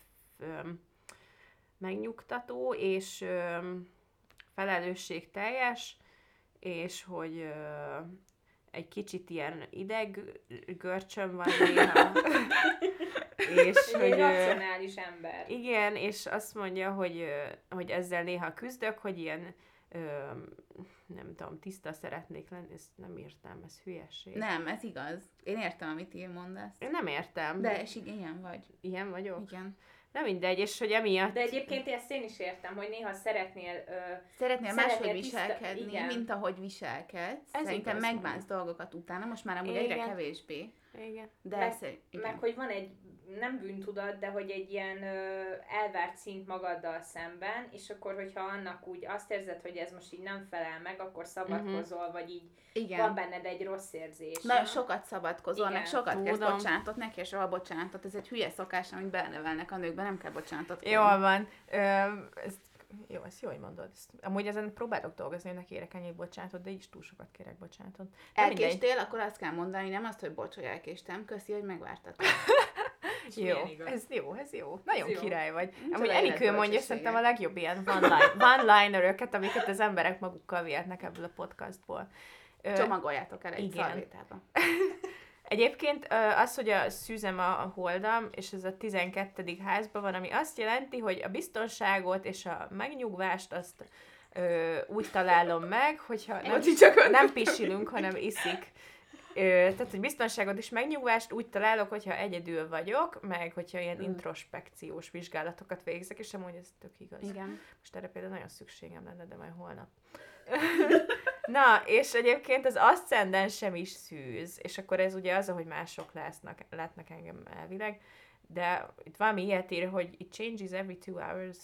Megnyugtató, és felelősségteljes, és hogy egy kicsit ilyen ideg görcsöm van néha. És egy racionális ember. Igen, és azt mondja, hogy ezzel néha küzdök, hogy ilyen nem tudom, tiszta szeretnék lenni, ezt nem értem, ez hülyeség. Nem, ez igaz. Én értem, amit én mondasz. Én nem értem. De és ilyen vagy. Ilyen vagyok? Igen. Nem mindegy, és hogy emiatt... De egyébként ezt én is értem, hogy néha szeretnél máshogy viselkedni, mint ahogy viselkedsz. Ez szerintem megbánsz dolgokat utána, most már amúgy egyre kevésbé. Igen. De meg hogy van egy, nem bűntudat, de hogy egy ilyen elvárt szint magaddal szemben, és akkor, hogyha annak úgy azt érzed, hogy ez most így nem felel meg, akkor szabadkozol, vagy így van benned egy rossz érzés. Nagyon sokat szabadkozol, meg sokat kezd bocsánatot neki, és soha bocsánatot. Ez egy hülye szokás, amit belenevelnek a nőkben, nem kell bocsánatot kérni. Jól van. Ezt jó, hogy mondod. Amúgy ezen próbálok dolgozni, hogy ne kérek ennyi bocsánatot, de így is túl sokat kérek bocsánatot. Elkéstél, akkor azt kell mondani, nem azt, hogy bocs, hogy elkéstem, köszi, hogy megvártatok. Jó, ez jó. Nagyon jó. Király vagy. Amúgy Enikő mondja szerintem a legjobb ilyen one-lineröket, amiket az emberek magukkal vihetnek ebből a podcastból. Csomagoljátok el egy szalvétába. Egyébként az, hogy a szűzem a holdam, és ez a 12. házban van, ami azt jelenti, hogy a biztonságot és a megnyugvást azt úgy találom meg, hogyha nem pisilünk, hanem iszik. Tehát, hogy biztonságot és megnyugvást úgy találok, hogyha egyedül vagyok, meg hogyha ilyen introspekciós vizsgálatokat végzek, és amúgy ez tök igaz. Igen. Most erre például nagyon szükségem lenne, de majd holnap. Na, és egyébként az aszcendensem is szűz, és akkor ez ugye az, hogy mások látnak engem elvileg, de itt valami ilyet ír, hogy it changes every 2 hours.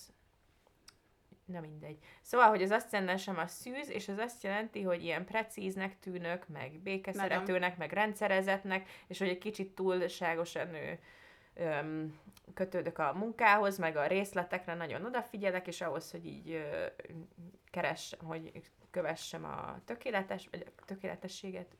Na mindegy. Szóval, hogy az aszcendensem a szűz, és az azt jelenti, hogy ilyen precíznek tűnök, meg békeszeretőnek, meg rendszerezetnek, és hogy egy kicsit túlságosan kötődök a munkához, meg a részletekre nagyon odafigyelek, és ahhoz, hogy így hogy kövessem a tökéletességet,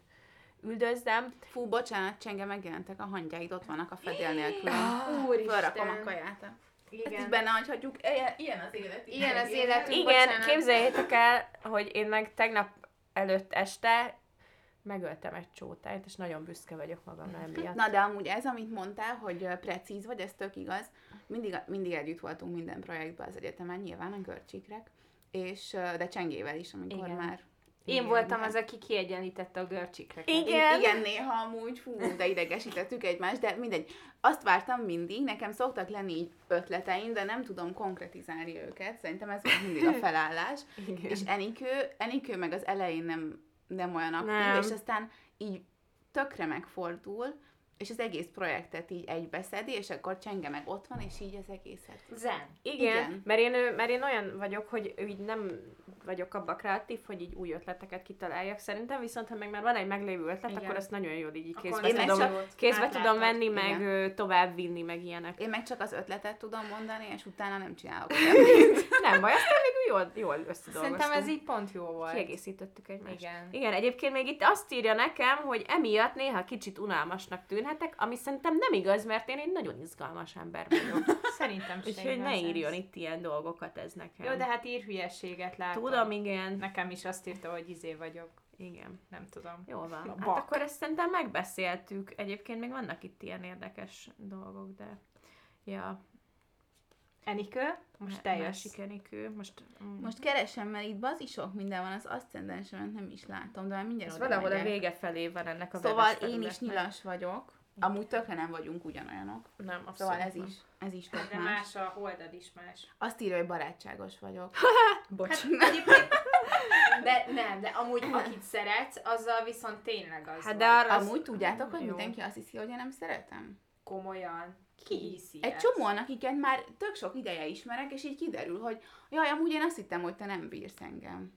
üldözzem. Fú, bocsánat, Csenge, megjelentek a hangyáid, ott vannak a fedél nélkül. Fölrakom a kaját. Ezt is benne hagyhatjuk. Ilyen az élet. Ilyen az életünk, Igen, bocsánat. képzeljétek el, hogy én meg tegnap előtt este megöltem egy csótányt, és nagyon büszke vagyok magamra emiatt. Na, de amúgy ez, amit mondtál, hogy precíz vagy, ez tök igaz. Mindig együtt voltunk minden projektben az egyetemen, nyilván a görcsikrek, és de Csengével is, amikor Igen. már... Én voltam az, aki kiegyenlítette a görcsikreket. Igen, néha amúgy, de idegesítettük egymást, de mindegy. Azt vártam mindig, nekem szoktak lenni így ötleteim, de nem tudom konkretizálni őket. Szerintem ez volt mindig a felállás. Igen. És Enikő meg az elején nem olyan aktív, Nem. és aztán így tökre megfordul, és az egész projektet így egybeszedi, és akkor Csenge meg ott van, és így az egészet. Zen. Igen. Mert én olyan vagyok, hogy így nem vagyok abba kreatív, hogy így új ötleteket kitaláljak szerintem, viszont ha meg már van egy meglévő ötlet, Igen. akkor azt nagyon jól így Akkor kézbe tudom venni, Igen. meg tovább vinni, meg ilyenek. Én meg csak az ötletet tudom mondani, és utána nem csinálok. Nem baj, aztán végül jól összedolgoztunk. Szerintem ez így pont jó volt. Kiegészítettük egymást. Igen. Igen, egyébként még itt azt írja nekem, hogy emiatt néha kicsit unalmasnak tűnhetek, ami szerintem nem igaz, mert én egy nagyon izgalmas ember vagyok. Szerintem sem Úgyhogy ne igaz írjon ez. itt ilyen dolgokat ez nekem. Jó, de hát ír hülyeséget látom. Tudom, igen. Nekem is azt írta, hogy izé vagyok. Igen. Nem tudom. Jól van. Hát Bak. akkor ezt szerintem megbeszéltük. Egyébként még vannak itt ilyen érdekes dolgok, de... Ja. Enikő, most te jössz. Másik Enikő. Most keresem, mert itt bazi sok minden van, az aszcendensemet nem is látom, de már mindjárt Ez oda valahol a megyek. vége felé van ennek a Szóval webes én is felületnek. nyilas vagyok. Amúgy tökre nem vagyunk ugyanolyanok. Nem, abszolút Szóval nem. ez is tök De más. más a holdad is más. Azt írja, hogy barátságos vagyok. Bocs. Egyébként, de amúgy akit szeretsz, azzal viszont tényleg az Hát van. de arra Amúgy tudjátok, hogy Jó. mindenki azt hiszi, hogy én nem szeretem? Komolyan. Ki hiszi Egy ezt? csomóan, akiket már tök sok ideje ismerek, és így kiderül, hogy jaj, amúgy én azt hittem, hogy te nem bírsz engem.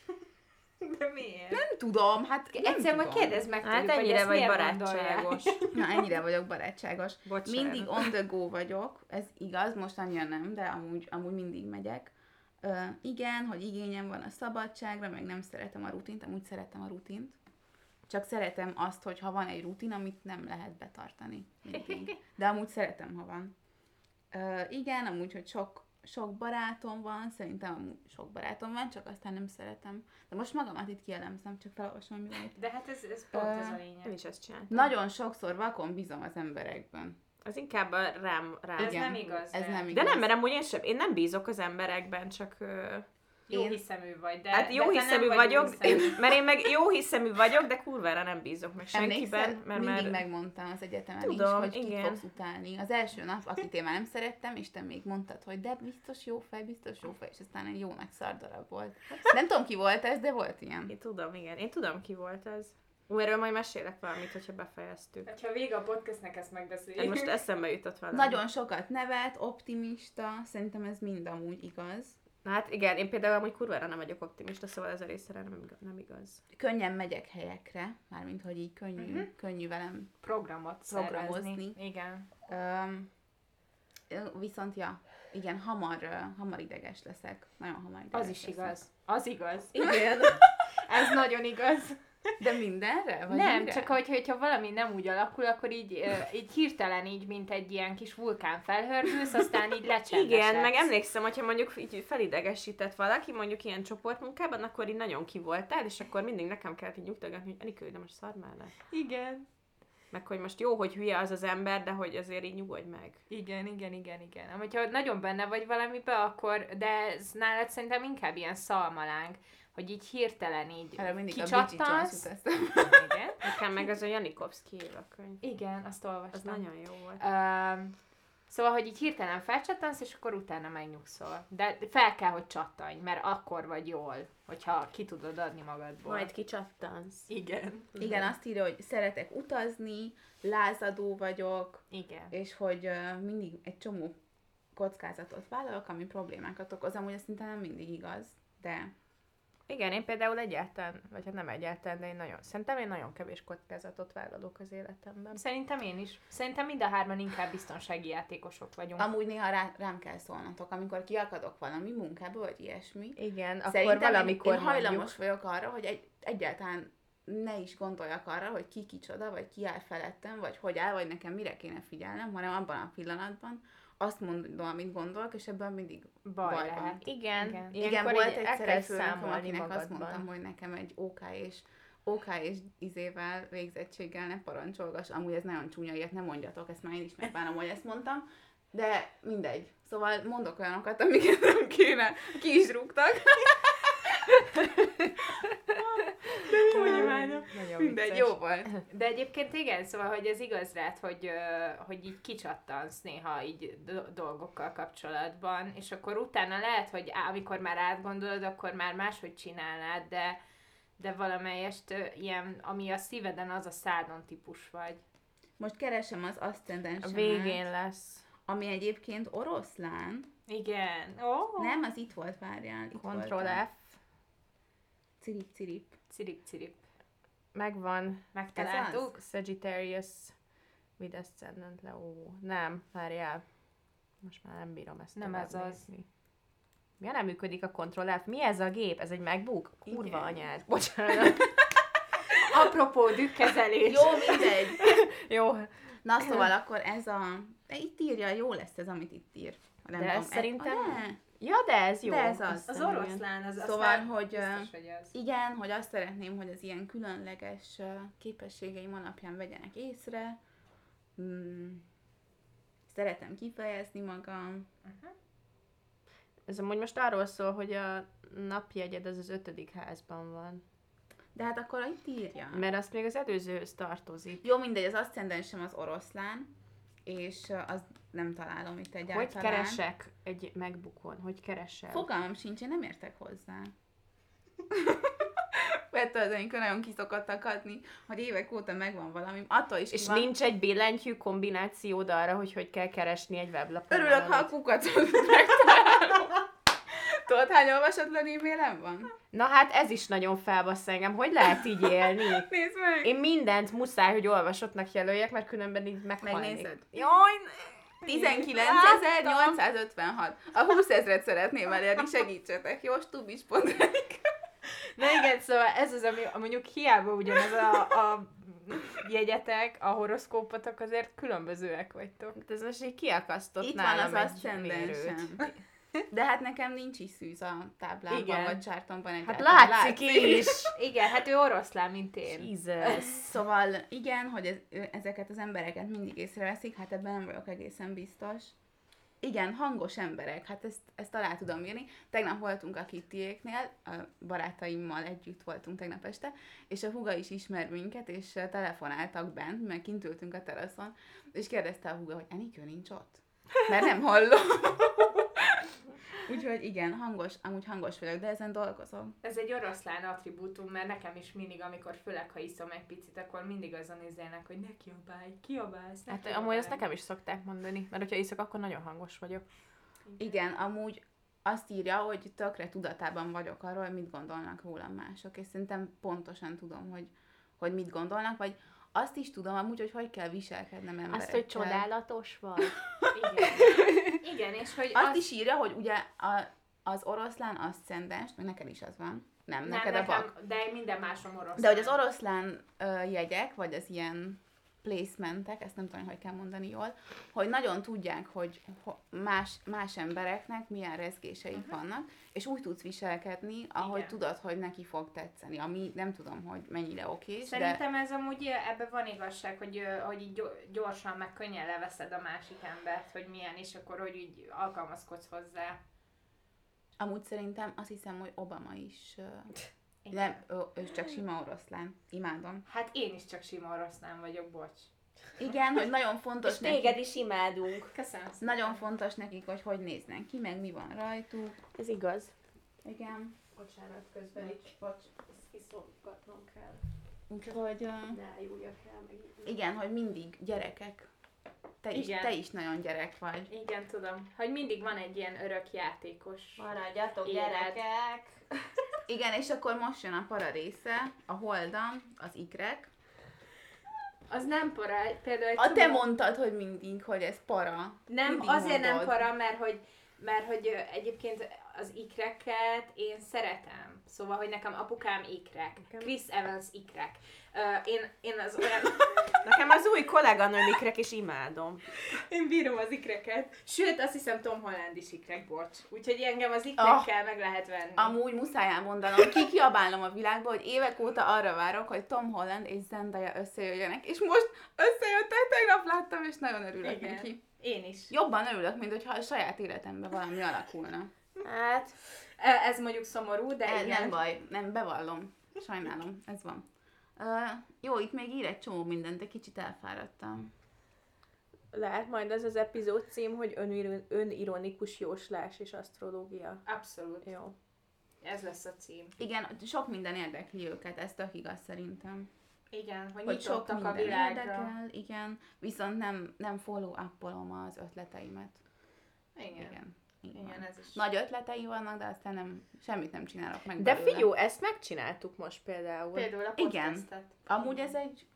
De miért? Nem tudom, hát nem Egyszer majd tudom. kérdezd meg Hát tőlük, hogy ennyire ezt vagy miért barátságos. Na, ennyire vagyok barátságos. Bocsánat. Mindig on the go vagyok, ez igaz, most annyira nem, de amúgy mindig megyek. Igen, hogy igényem van a szabadságra, meg nem szeretem a rutint, amúgy szeretem a rutint. Csak szeretem azt, hogy ha van egy rutin, amit nem lehet betartani. Mindig. De amúgy szeretem, ha van. Igen, amúgy, hogy sok barátom van, szerintem amúgy sok barátom van, csak aztán nem szeretem. De most magamat itt kielemzem, csak felolvasom, mi van itt. De hát ez pont ez a lényeg. Én is ezt csináltam. Nagyon sokszor vakon bízom az emberekben. Az inkább rám. Ez Igen, nem igaz. ez nem De igaz. nem, mert amúgy én nem bízok az emberekben, csak... Jó Én- hiszemű vagy, de Hát jó de te hiszemű nem vagy vagyok, jó hiszemű. mert én meg jó hiszemű vagyok, de kurvára nem bízok meg senkiben, Emlékszel? mert Mindig megmondtam az egyetemen Tudom, is, hogy igen. kit fogsz utálni. Az első nap, akit én már nem szerettem, és te még mondtad, hogy de biztos jó fej, és aztán egy jó nagy szardarab volt. Nem tudom, ki volt ez, de volt ilyen. Én tudom, igen. Én tudom, ki volt ez. Erről majd mesélek valamit, hogyha befejeztük. Ha vége a podcastnek, ezt Hát megbeszéljük. most eszembe jutott valami. Nagyon sokat nevet, optimista, szerintem ez mind amúgy igaz. Na hát igen, én például amúgy kurvára nem vagyok optimista, szóval ez a része nem igaz. Könnyen megyek helyekre, mármint hogy így könnyű velem. programot Programozni. szervezni. Igen. Viszont igen, hamar ideges leszek. Nagyon hamar ideges Az is leszek. igaz. Az igaz. Igen. Ez nagyon igaz. De mindenre? Vagy Nem, mire? csak hogyha valami nem úgy alakul, akkor így hirtelen így, mint egy ilyen kis vulkán felhördülsz, aztán így lecsendesedsz. Igen, meg emlékszem, hogyha mondjuk így felidegesített valaki, mondjuk ilyen csoportmunkában, akkor így nagyon ki voltál, és akkor mindig nekem kellett így nyugtagatni, hogy Enikő, de most szard már le. Igen. Meg hogy most jó, hogy hülye az az ember, de hogy azért így nyugodj meg. Igen. Hogyha nagyon benne vagy valamibe, akkor, de ez nálad szerintem inkább ilyen szalmaláng, hogy így hirtelen így Erre mindig a Bridget Jones kicsattansz. jut eszembe. Igen. Nekem meg az a Janikovszki a könyv. Igen, azt olvastam. Az nagyon jó volt. Szóval, hogy így hirtelen felcsattansz, és akkor utána megnyugszol. De fel kell, hogy csattanj, mert akkor vagy jól, hogyha ki tudod adni magadból. Majd kicsattansz. Igen. Igen, azt írja, hogy szeretek utazni, lázadó vagyok, Igen. és hogy mindig egy csomó kockázatot vállalok, ami problémákat okoz. Amúgy ez szinte nem mindig igaz, de... Igen, én például egyáltalán, vagy hát nem egyáltalán, de szerintem én nagyon kevés kockázatot vállalok az életemben. Szerintem én is. Szerintem mind a hárman inkább biztonsági játékosok vagyunk. Amúgy néha rám kell szólnatok, amikor kiakadok valami munkába, vagy ilyesmi. Igen, Szerintem akkor valamikor én hajlamos vagyok arra, hogy egyáltalán ne is gondoljak arra, hogy ki kicsoda, vagy ki áll felettem, vagy hogy áll, vagy nekem mire kéne figyelnem, hanem abban a pillanatban azt mondom, amit gondolok, és ebben mindig baj lehet. van. Igen. Igen, volt egyszer egy főnököm, számolni akinek magadban. azt mondtam, hogy nekem egy OK és izével, végzettséggel ne parancsolgass. Amúgy ez nagyon csúnya, ilyet nem mondjatok, ezt már én is megbánom, hogy ezt mondtam. De mindegy. Szóval mondok olyanokat, amiket nem kéne. Ki is rúgtak. Úgy imádom. Nagyon Mindegy, vicces. jó volt. De egyébként igen, szóval, hogy ez igaz rád, hogy így kicsattansz néha így dolgokkal kapcsolatban, és akkor utána lehet, hogy amikor már átgondolod, akkor már máshogy csinálnád, de valamelyest ilyen, ami a szíveden, az a szádon típus vagy. Most keresem az A aszcendensemet, végén lesz. ami egyébként oroszlán. Igen. Oh. Nem, az itt volt, várjál. Itt Ctrl volt. F. Cirip. Cirip. Megvan. Megtaláltuk? Sagittarius with ascendant Leo. Nem, várjál. Most már nem bírom ezt Nem tovább ez az. nézni. Miért nem működik a Ctrl F? Mi ez a gép? Ez egy MacBook? Kurva Igen. anyád. Bocsánat. Apropó dükkezelés. Jó, mindegy. Jó. Na, szóval akkor ez a... Itt írja, jó lesz ez, amit itt ír. Nem De tudom, ez szerintem... De. Ja, de ez jó. De ez az. Az Aztán igen. oroszlán, az Szóval, aztán hogy, biztos, hogy az. Igen, hogy azt szeretném, hogy az ilyen különleges képességeim alapján vegyenek észre. Szeretem kifejezni magam. Ez amúgy most arról szól, hogy a napjegyed az 5. házban van. De hát akkor itt írja. Mert azt még az előzőhöz tartozik. Jó, mindegy, az aszcendensem az oroszlán, és az nem találom itt egyáltalán. Hogy keresek egy MacBookon? Hogy keresel? Fogalmam sincs, én nem értek hozzá. Mert az, amikor nagyon kiszokottak adni, hogy évek óta megvan valami, attól is És van. nincs egy billentyű kombinációd arra, hogy kell keresni egy weblapon? Örülök, ha a valamit? kukatot megtalálom. Tudod, hány olvasatlan e-mailem van? Na hát ez is nagyon felbassz engem. Hogy lehet így élni? Nézd meg! Én mindent muszáj, hogy olvasottnak jelöljek, mert különben így meghalnék. Megnézed? Jaj! 19.856. A 20 000-et szeretném elérni, segítsetek, jó? Stubis.erik. Na igen, szóval ez az, ami mondjuk hiába ugyanaz a jegyetek, a horoszkópotok azért különbözőek vagytok. Ez most így kiakasztott Itt van nálam az egy aszcendensem. De hát nekem nincs is szűz a táblában, Igen. vagy csártomban Hát egyáltalán. látszik is! Igen, hát ő oroszlán, mint én. Jesus. Szóval igen, hogy ezeket az embereket mindig észreveszik, hát ebben nem vagyok egészen biztos. Igen, hangos emberek, hát ezt alá tudom írni. Tegnap voltunk a Kittyéknél, a barátaimmal együtt voltunk tegnap este, és a húga is ismer minket, és telefonáltak bent, mert kint ültünk a teraszon, és kérdezte a húga, hogy Enikő nincs ott? Mert nem hallom. Úgyhogy igen, amúgy hangos vagyok, de ezen dolgozom. Ez egy oroszlán attribútum, mert nekem is mindig, amikor főleg, ha iszom egy picit, akkor mindig azon izélnek, hogy ne kiabálsz, ne Hát kiabálj. amúgy ezt nekem is szokták mondani, mert hogyha iszok, akkor nagyon hangos vagyok. Igen, amúgy azt írja, hogy tökre tudatában vagyok arról, hogy mit gondolnak rólam mások, és szerintem pontosan tudom, hogy mit gondolnak, vagy azt is tudom amúgy, hogy kell viselkednem emberekkel. Azt, hogy csodálatos vagy. Igen. Igen, és hogy Azt is írja, hogy ugye az oroszlán aszcendens, meg neked is az van. Nem, neked nekem, a bak. de minden másom oroszlán. De hogy az oroszlán jegyek, vagy az ilyen placementek, ezt nem tudom, hogy kell mondani jól, hogy nagyon tudják, hogy más embereknek milyen rezgéseik vannak, és úgy tudsz viselkedni, ahogy Igen. tudod, hogy neki fog tetszeni, ami nem tudom, hogy mennyire okés, de Szerintem ez amúgy ebben van igazság, hogy így gyorsan, meg könnyen leveszed a másik embert, hogy milyen, és akkor hogy így alkalmazkodsz hozzá. amúgy szerintem azt hiszem, hogy Obama is, Igen. nem, ő csak sima oroszlán, imádom. Hát én is csak sima oroszlán vagyok, bocs. Igen, hogy nagyon fontos És téged is imádunk. Köszönöm szépen. Nagyon fontos nekik, hogy néznek ki, meg mi van rajtuk. Ez igaz. Igen. Bocsánat, közben így, ezt kiszolgatnom kell. Úgyhogy, Ne júljak el meg. igen, hogy mindig gyerekek. Igen. Te is nagyon gyerek vagy. Igen, tudom. Hogy mindig van egy ilyen örök játékos. Maradjatok, Élet. gyerekek! Igen, és akkor most jön a para része, a holdam, az ikrek. Az nem para, például egy Te mondtad, hogy mindig, hogy ez para. Nem, Mindig azért nem mondod. para, mert hogy egyébként az ikreket én szeretem. Szóval, hogy nekem apukám ikrek. Chris Evans ikrek. Én az olyan... Nekem az új kolléganőm ikrek, és imádom. Én bírom az ikreket. Sőt, azt hiszem Tom Holland is ikrek, bocs. Úgyhogy engem az ikrekkel meg lehet venni. Amúgy muszáj elmondanom, kikiabálnom a világba, hogy évek óta arra várok, hogy Tom Holland és Zendaya összejöjjenek, és most összejöttek, tegnap láttam, és nagyon örülök Igen. neki. Én is. Jobban örülök, mint hogyha a saját életemben valami alakulna. Hát, Ez mondjuk szomorú, de igen. Nem baj, nem, bevallom. Sajnálom, ez van. Jó, itt még ír egy csomó mindent, de kicsit elfáradtam. lehet majd az az epizód cím, hogy önironikus jóslás és asztrológia. Abszolút. Jó. Ez lesz a cím. Igen, sok minden érdekli őket, ez tök igaz szerintem. Igen, hogy Hogy sok nyitottak a minden világra. érdekel, igen, viszont nem follow-upolom az ötleteimet. Igen. Igen, ez is. Nagy ötleteim vannak, de aztán semmit nem csinálok meg De belőle. figyú, ezt megcsináltuk most például. Például a Igen. podcastet. Amúgy ez egy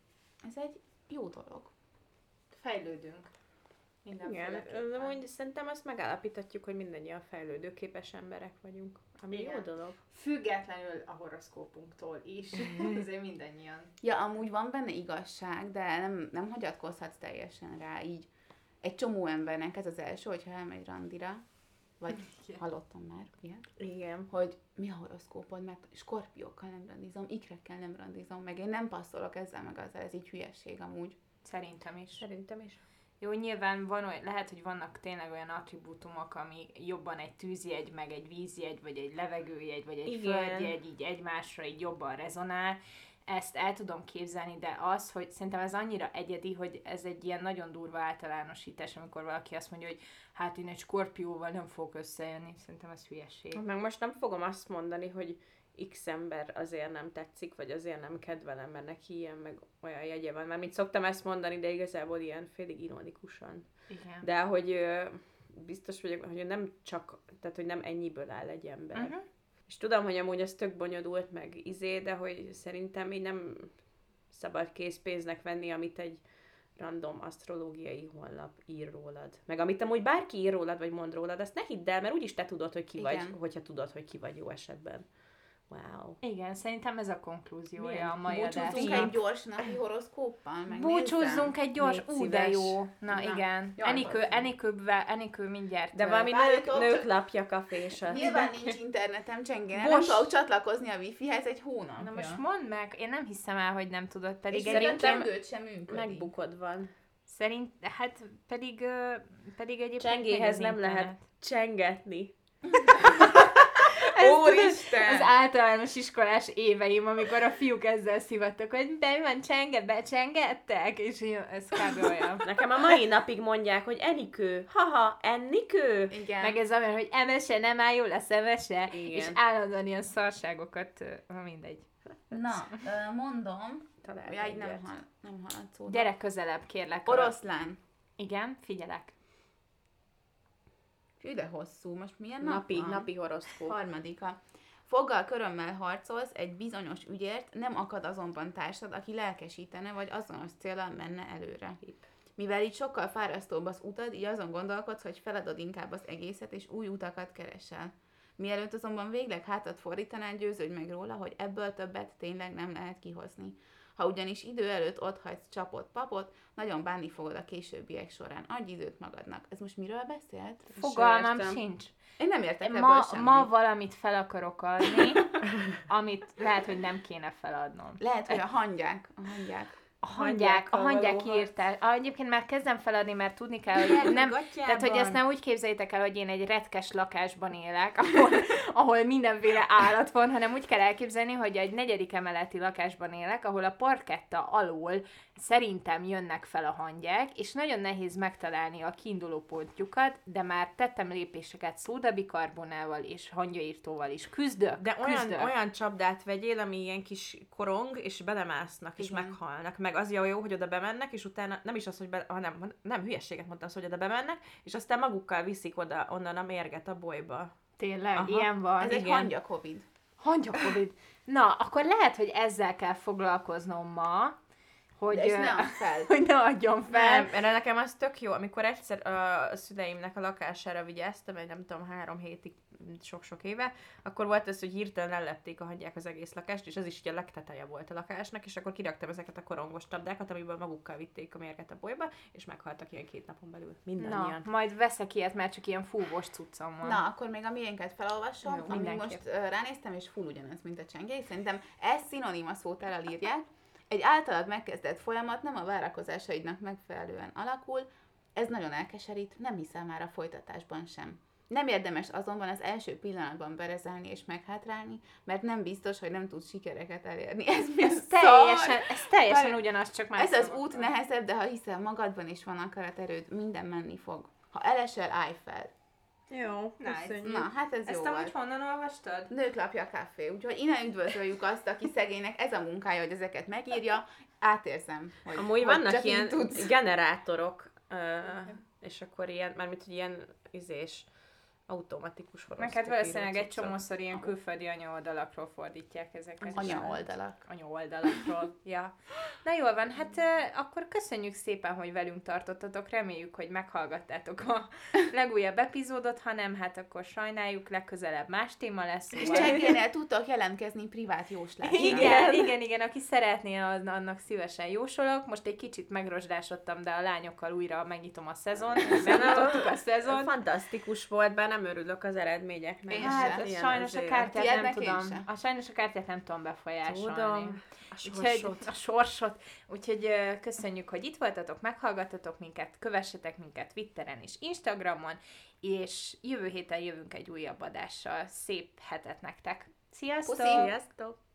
jó dolog. Fejlődünk. Igen, Mindenféleképpen. amúgy szerintem azt megállapíthatjuk, hogy mindannyian fejlődőképes emberek vagyunk. Ami Igen. jó dolog. Függetlenül a horoszkópunktól is. Azért mindannyian. Ja, amúgy van benne igazság, de nem hagyatkozhatsz teljesen rá, így egy csomó embernek ez az első, hogyha elmegy randira, vagy Igen. hallottam már ilyet, Igen. hogy mi a horoszkópod, mert skorpiókkal nem randizom, ikrekkel nem randizom, meg én nem passzolok ezzel meg azzal, ez így hülyeség amúgy. Szerintem is. Szerintem is. Jó, nyilván lehet, hogy vannak tényleg olyan attribútumok, ami jobban egy tűzjegy, meg egy vízjegy, vagy egy levegőjegy, vagy egy Igen. földjegy, így egymásra így jobban rezonál. Ezt el tudom képzelni, de az, hogy szerintem ez annyira egyedi, hogy ez egy ilyen nagyon durva általánosítás, amikor valaki azt mondja, hogy hát én egy skorpióval nem fogok összejönni. Szerintem ez hülyeség. Meg most nem fogom azt mondani, hogy X ember azért nem tetszik, vagy azért nem kedvelem, mert neki ilyen, meg olyan jegye van. Mert mint szoktam ezt mondani, de igazából ilyen félig ironikusan. Igen. De hogy biztos vagyok, hogy nem csak, tehát hogy nem ennyiből áll egy ember. Uh-huh. És tudom, hogy amúgy ez tök bonyolult, meg de hogy szerintem így nem szabad készpénznek venni, amit egy random asztrológiai honlap ír rólad. Meg amit amúgy bárki ír rólad, vagy mond rólad, azt ne hidd el, mert úgyis te tudod, hogy ki vagy, Igen. hogyha tudod, hogy ki vagy jó esetben. Wow. Igen, szerintem ez a konklúziója Milyen? a mai Búcsúzzunk adásnak. egy gyors napi horoszkóppal, megnézzem? Búcsúzzunk egy gyors, Légy de szíves. jó. Na igen. Jaj, Enikő mindjárt. De valami Várjatok, nők csak- lapja kafésat. Nyilván nincs internetem, csengéne, nem Bocs. tudok csatlakozni a wifi-hez egy hónapja. Na most mondd meg, én nem hiszem el, hogy nem tudod, és pedig szerintem egyébként... csengőt sem működik. Megbukod van. pedig egyébként Csengéhez megy az nem lehet internet. csengetni. Úristen! Az általános iskolás éveim, amikor a fiúk ezzel szivattak, hogy de mi van, becsengettek? És ez kb. Olyan. Nekem a mai napig mondják, hogy Enikő, haha, Ennikő. Igen. Meg ez olyan, hogy emese, nem áll jól lesz emese, Igen. és állandóan ilyen szarságokat, mindegy. Na, mondom, Talált jaj, egyet. nem haladszódom. Gyere közelebb, kérlek. Oroszlán. Igen, figyelek. Hű, de hosszú. Most milyen nap Napi, van? napi horoszkóp. Harmadika. Foggal körömmel harcolsz egy bizonyos ügyért, nem akad azonban társad, aki lelkesítene, vagy azonos céllal menne előre. Mivel így sokkal fárasztóbb az utad, így azon gondolkodsz, hogy feladod inkább az egészet, és új utakat keresel. Mielőtt azonban végleg hátat fordítanál, győződj meg róla, hogy ebből többet tényleg nem lehet kihozni. Ha ugyanis idő előtt otthagysz csapott papot, nagyon bánni fogod a későbbiek során. Adj időt magadnak. Ez most miről beszélt? Fogalmam értem. sincs. Én nem értek ebből Ma semmit. valamit fel akarok adni, amit lehet, hogy nem kéne feladnom. Lehet, hogy a hangyák. a hangyák írtás. Egyébként már kezdem feladni, mert tudni kell, hogy nem, tehát hogy ezt nem úgy képzeljétek el, hogy én egy retkes lakásban élek, ahol mindenféle állat van, hanem úgy kell elképzelni, hogy egy 4. emeleti lakásban élek, ahol a parketta alól szerintem jönnek fel a hangyák, és nagyon nehéz megtalálni a kiinduló pontjukat, de már tettem lépéseket szódabikarbonával és hangyaírtóval is. Küzdök. De olyan csapdát vegyél, ami ilyen kis korong, és belemásznak, és meghalnak. Meg az jó, hogy oda bemennek, és utána nem is az, hogy nem hülyeséget mondtam, hogy oda bemennek, és aztán magukkal viszik oda onnan a mérget a bolyba. Tényleg, ilyen van. Ez egy hangya-covid. Hangya-covid. Na, akkor lehet, hogy ezzel kell foglalkoznom ma, hogy ne adjon fel. Nem, mert nekem az tök jó, amikor egyszer a szüleimnek a lakására vigyáztam, egy nem tudom, 3 hétig, sok-sok éve, akkor volt az, hogy hirtelen ellepték a hangyák az egész lakást, és az is ugye a legteteje volt a lakásnak, és akkor kiraktam ezeket a korongos csapdákat, amiből magukkal vitték a mérget a bolyba, és meghaltak ilyen 2 napon belül. Mindannyian. Na, majd veszek ilyet, mert csak ilyen fúvós cuccom van. Na, akkor még a miénket felolvasom, jó, ami most ránéztem, és full ugyanaz, mint a csengély. Szerintem ez szinonima szótárral írják. Egy általad megkezdett folyamat nem a várakozásaidnak megfelelően alakul, ez nagyon elkeserít, nem hiszel már a folytatásban sem. Nem érdemes azonban az első pillanatban berezelni és meghátrálni, mert nem biztos, hogy nem tudsz sikereket elérni. Ez teljesen ugyanaz, csak más. Ez az út nehezebb, de ha hiszel magadban és van akaraterőd, minden menni fog. Ha elesel, állj fel. Jó, köszönjük. Na, hát ez ezt jó amúgy honnan olvastad? Nőklapja Café, úgyhogy innen üdvözöljük azt, aki szegénynek ez a munkája, hogy ezeket megírja. Átérzem, hogy amúgy hogy vannak csak ilyen tudsz. generátorok, és akkor ilyen, mármint hogy ilyen automatikus meg hát valószínűleg egy csomószor ilyen külföldi anyaoldalakról fordítják ezeket. Anyaoldalakról, ja. Na jól van, hát akkor köszönjük szépen, hogy velünk tartottatok, reméljük, hogy meghallgattátok a legújabb epizódot, ha nem, hát akkor sajnáljuk, legközelebb más téma lesz. És csengénél tudtok jelentkezni privát jóslásra. Igen, aki szeretné, annak szívesen jósolok. Most egy kicsit megrosdásodtam, de a lányokkal újra megnyitom a szezont, megnyitottuk a szezont. Fantasztikus volt, bár nem örülök az eredményeknek. Hát, sajnos a kártyát nem tudom. Sajnos a kártyát nem tudom befolyásolni. Tudom. A sorsot. Úgyhogy köszönjük, hogy itt voltatok, meghallgattatok minket, kövessetek minket Twitteren és Instagramon, és jövő héten jövünk egy újabb adással. Szép hetet nektek. Sziasztok! Sziasztok!